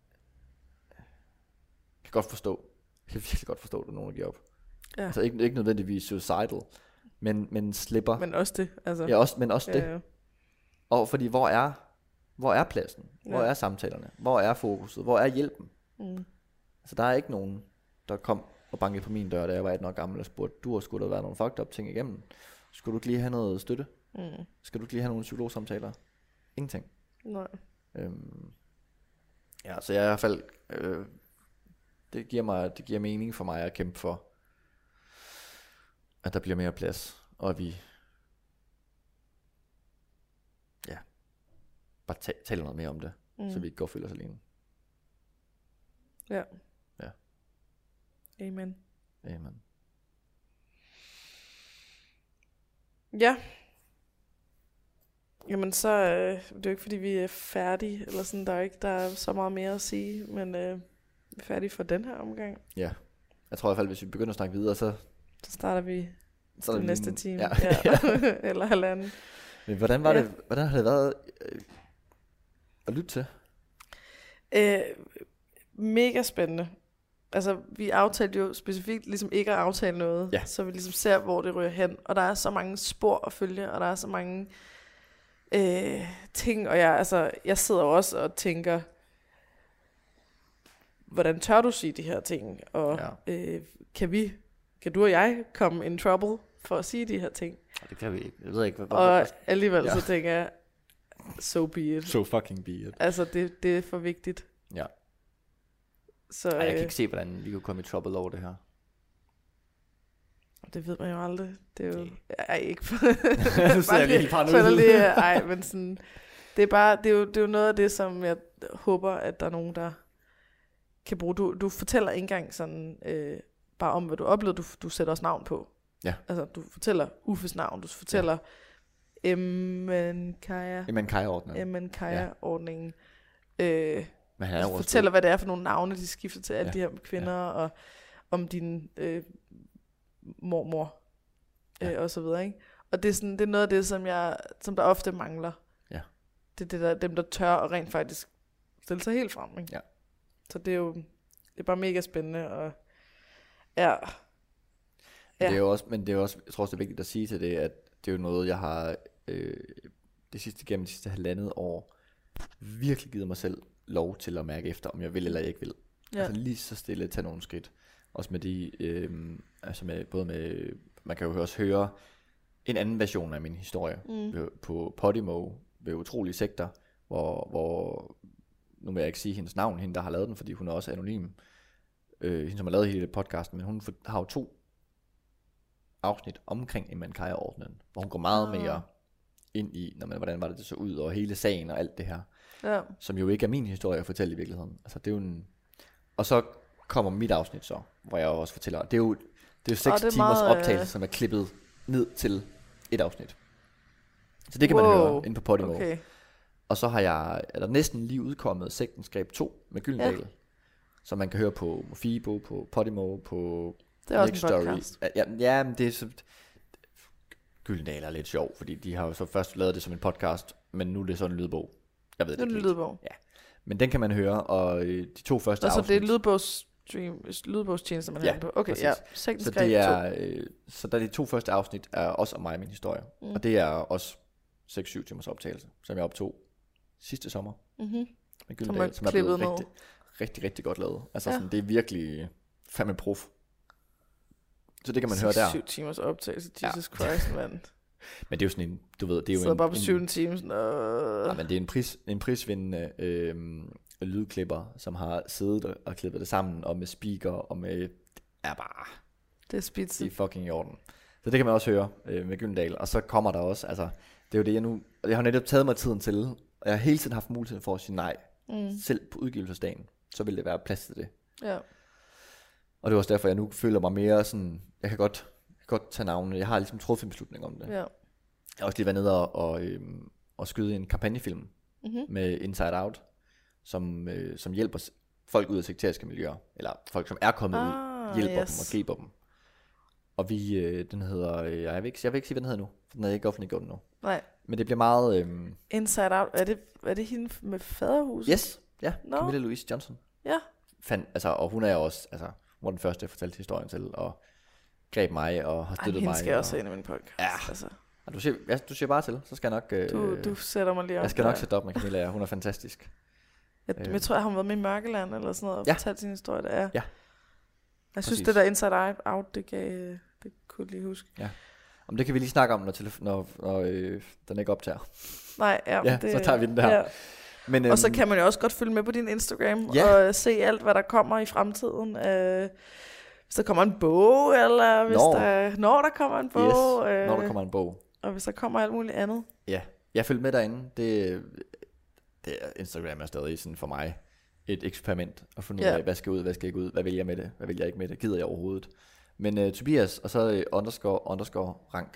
kan godt forstå. Jeg kan virkelig godt forstå, at nogen der giver op. Ja. Altså ikke nødvendigvis suicidal, men slipper. Men også det. Altså. Ja, men også det. Ja. Og fordi hvor er pladsen? Hvor er samtalerne? Hvor er fokuset? Hvor er hjælpen? Altså der er ikke nogen, der kom og bankede på min dør, da jeg var 18 år gammel og spurgte, skulle der være nogle fucked up ting igennem? Skulle du ikke lige have noget støtte? Skal du ikke lige have nogle psykologsamtaler? Ingenting. Nej. Ja, så jeg i hvert fald det giver mening for mig at kæmpe for, at der bliver mere plads, og at vi bare taler noget mere om det, så vi ikke går og føler os alene. Ja. Ja. Amen. Amen. Ja. Jamen så, det er jo ikke fordi vi er færdige, eller sådan, der er så meget mere at sige, men vi er færdige for den her omgang. Ja. Jeg tror i hvert fald, hvis vi begynder at snakke videre, så starter vi den næste time. Ja. Eller halvanden. Men hvordan har det været at lytte til? Mega spændende. Altså, vi aftalte jo specifikt ligesom ikke at aftale noget, så vi ligesom ser, hvor det ryger hen. Og der er så mange spor at følge, og der er så mange ting. Og jeg sidder jo også og tænker, hvordan tør du sige de her ting? Og kan du og jeg komme in trouble for at sige de her ting? Det kan vi ikke. Jeg ved ikke, og alligevel så tænker jeg, so be it. So fucking be it. Altså, det er for vigtigt. Ja. Så, jeg kan ikke se, hvordan vi kunne komme i trouble over det her. Det ved man jo aldrig. Det er jo... ikke for... Nu ser jeg lige paranoid. Ej, men sådan... Det er jo noget af det, som jeg håber, at der er nogen, der kan bruge. Du fortæller ikke engang sådan... bare om, hvad du oplevede. Du sætter også navn på. Ja. Altså, du fortæller Uffes navn. Du fortæller Emmenkaya-ordningen. Du fortæller, hvad det er for nogle navne, de skifter til alle de her kvinder, og om din mormor, og så videre, ikke? Og det er noget af det, som der ofte mangler. Ja. Det er dem, der tør og rent faktisk stille sig helt frem, ikke? Ja. Så det er bare mega spændende, og Det er jo også, men det er også, jeg tror også, det er vigtigt at sige til det, at det er jo noget, jeg har gennem de sidste halvandet år virkelig givet mig selv lov til at mærke efter, om jeg vil eller ikke vil. Ja. Altså lige så stille tage nogle skridt. Også med de, både med, man kan jo også høre en anden version af min historie på Podimo ved Utrolige Sekter, hvor nu vil jeg ikke sige hendes navn, hende der har lavet den, fordi hun er også anonym, hende som har lavet hele podcasten, men hun har jo 2 afsnit omkring Emmenkaya-ordningen, hvor hun går meget mere ind i, hvordan var det så ud, og hele sagen og alt det her, som jo ikke er min historie at fortælle i virkeligheden. Altså det er jo og så kommer mit afsnit så, hvor jeg også fortæller, det er jo 6 timers optagelse, som er klippet ned til et afsnit. Så det kan man høre inde på Podimo. Okay. Og så er der næsten lige udkommet Sektenskab 2 med Gyldendal, som man kan høre på Mofibo, på Podimo, på det er også en podcast. Ja, men det er så... Gyldendal er lidt sjov, fordi de har jo så først lavet det som en podcast, men nu er det sådan en lydbog. Jeg ved det ikke. Det er en lydbog. Ja. Men den kan man høre, og de 2 første afsnit... Altså det er lydbogstjenester, man har på. Okay, præcis. Så det er, så der de 2 første afsnit er også om mig og min historie. Og det er også 6-7 timers optagelse, som jeg optog sidste sommer. Med Gyldendal, som er blevet rigtig, rigtig godt lavet. Altså sådan, det er virkelig fandme prof. Så det kan man høre der. 7 timers optagelse, Jesus Christ, mand. Men det er jo sådan en, du ved, det er jo så bare på 7 timer. Ja, men det er en prisvindende lydklipper, som har siddet og klippet det sammen, og med speaker, og med, er bare, det er spidset. det er fucking i orden. Så det kan man også høre med Gyldendal, og så kommer der også, altså, det er jo det jeg har netop taget mig tiden til, og jeg har hele tiden haft muligheden for at sige nej, selv på udgivelsesdagen, så vil det være plads til det. Ja. Og det er også derfor, jeg nu føler mig mere sådan, jeg kan godt tage navnene, jeg har ligesom truffet en beslutning om det. Ja. Jeg har også lige været nede og skyde en kampagnefilm med Inside Out, som hjælper folk ud af sekteriske miljøer, eller folk, som er kommet ud, hjælper dem og griber dem. Og den hedder, jeg vil ikke sige, hvad den hedder nu, for den er ikke offentliggjort nu. Nej. Men det bliver meget... Inside Out, er det hende med faderhuset? Yes, ja, Camilla Louise Johnson. Ja. Og hun er også, hun var den første, jeg fortalte historien til, og greb mig og har støttet mig. Hende skal også ind i min podcast. Ja. Altså. Du siger bare til, så skal jeg nok... Du sætter mig lige op. Jeg skal nok sætte op med Camilla, hun er fantastisk. Jeg tror, jeg har været med i Mørkeland eller sådan noget, og fortalt sin historie, der er. Ja. Jeg synes, det der Inside Out, det kunne jeg lige huske. Ja. Om det kan vi lige snakke om, når den ikke optager. Nej, så tager vi den der. Ja. Men, og så kan man jo også godt følge med på din Instagram, og se alt, hvad der kommer i fremtiden. Hvis der kommer en bog, eller når der kommer en bog. Yes, når der kommer en bog. Og hvis der kommer alt muligt andet. Ja, jeg følger med derinde. Instagram er stadig sådan for mig et eksperiment at finde ud af, hvad skal ud, hvad skal ikke ud, hvad vil jeg med det, hvad vil jeg ikke med det, gider jeg overhovedet. Men Tobias, og så underscore rank.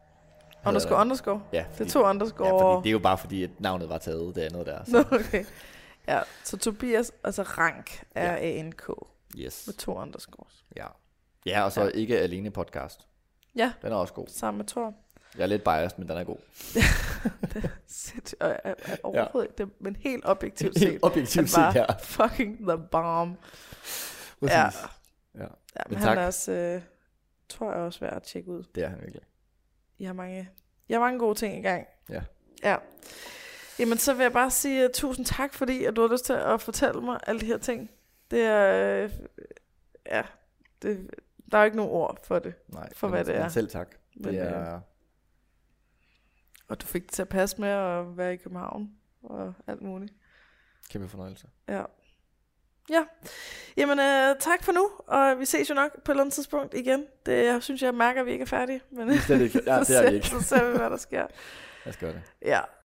Underscore? Ja. Det er 2 underscore. Ja, fordi det er jo bare fordi, at navnet var taget, det andet der. Så. Okay. Ja, så Tobias, altså rank, R-A-N-K. Yes. Med 2 underscores. Ja. Ja, og så ikke alene podcast. Ja. Den er også god. Sammen med Thor. Jeg er lidt biased, men den er god. Det er sindssygt. Overhovedet ikke det, men helt objektivt set. Helt objektivt set, ja. Fucking the bomb. Præcis. Ja, men han er også, tror jeg også værd at tjekke ud. Det er han virkelig. I har mange gode ting i gang. Ja. Jamen, så vil jeg bare sige tusind tak, fordi at du har lyst til at fortælle mig alle de her ting. Det er, der er jo ikke nogen ord for det. Nej, for hvad det er. Selv tak. Det er... Og du fik det til at passe med at være i København og alt muligt. Kæmpe fornøjelse. Ja. Jamen, tak for nu, og vi ses jo nok på et eller andet tidspunkt igen. Jeg synes, jeg mærker, at vi ikke er færdige. Men det er ikke. Ja, det er vi ikke. Så ser vi, hvad der sker. Jeg skal gøre det. Ja.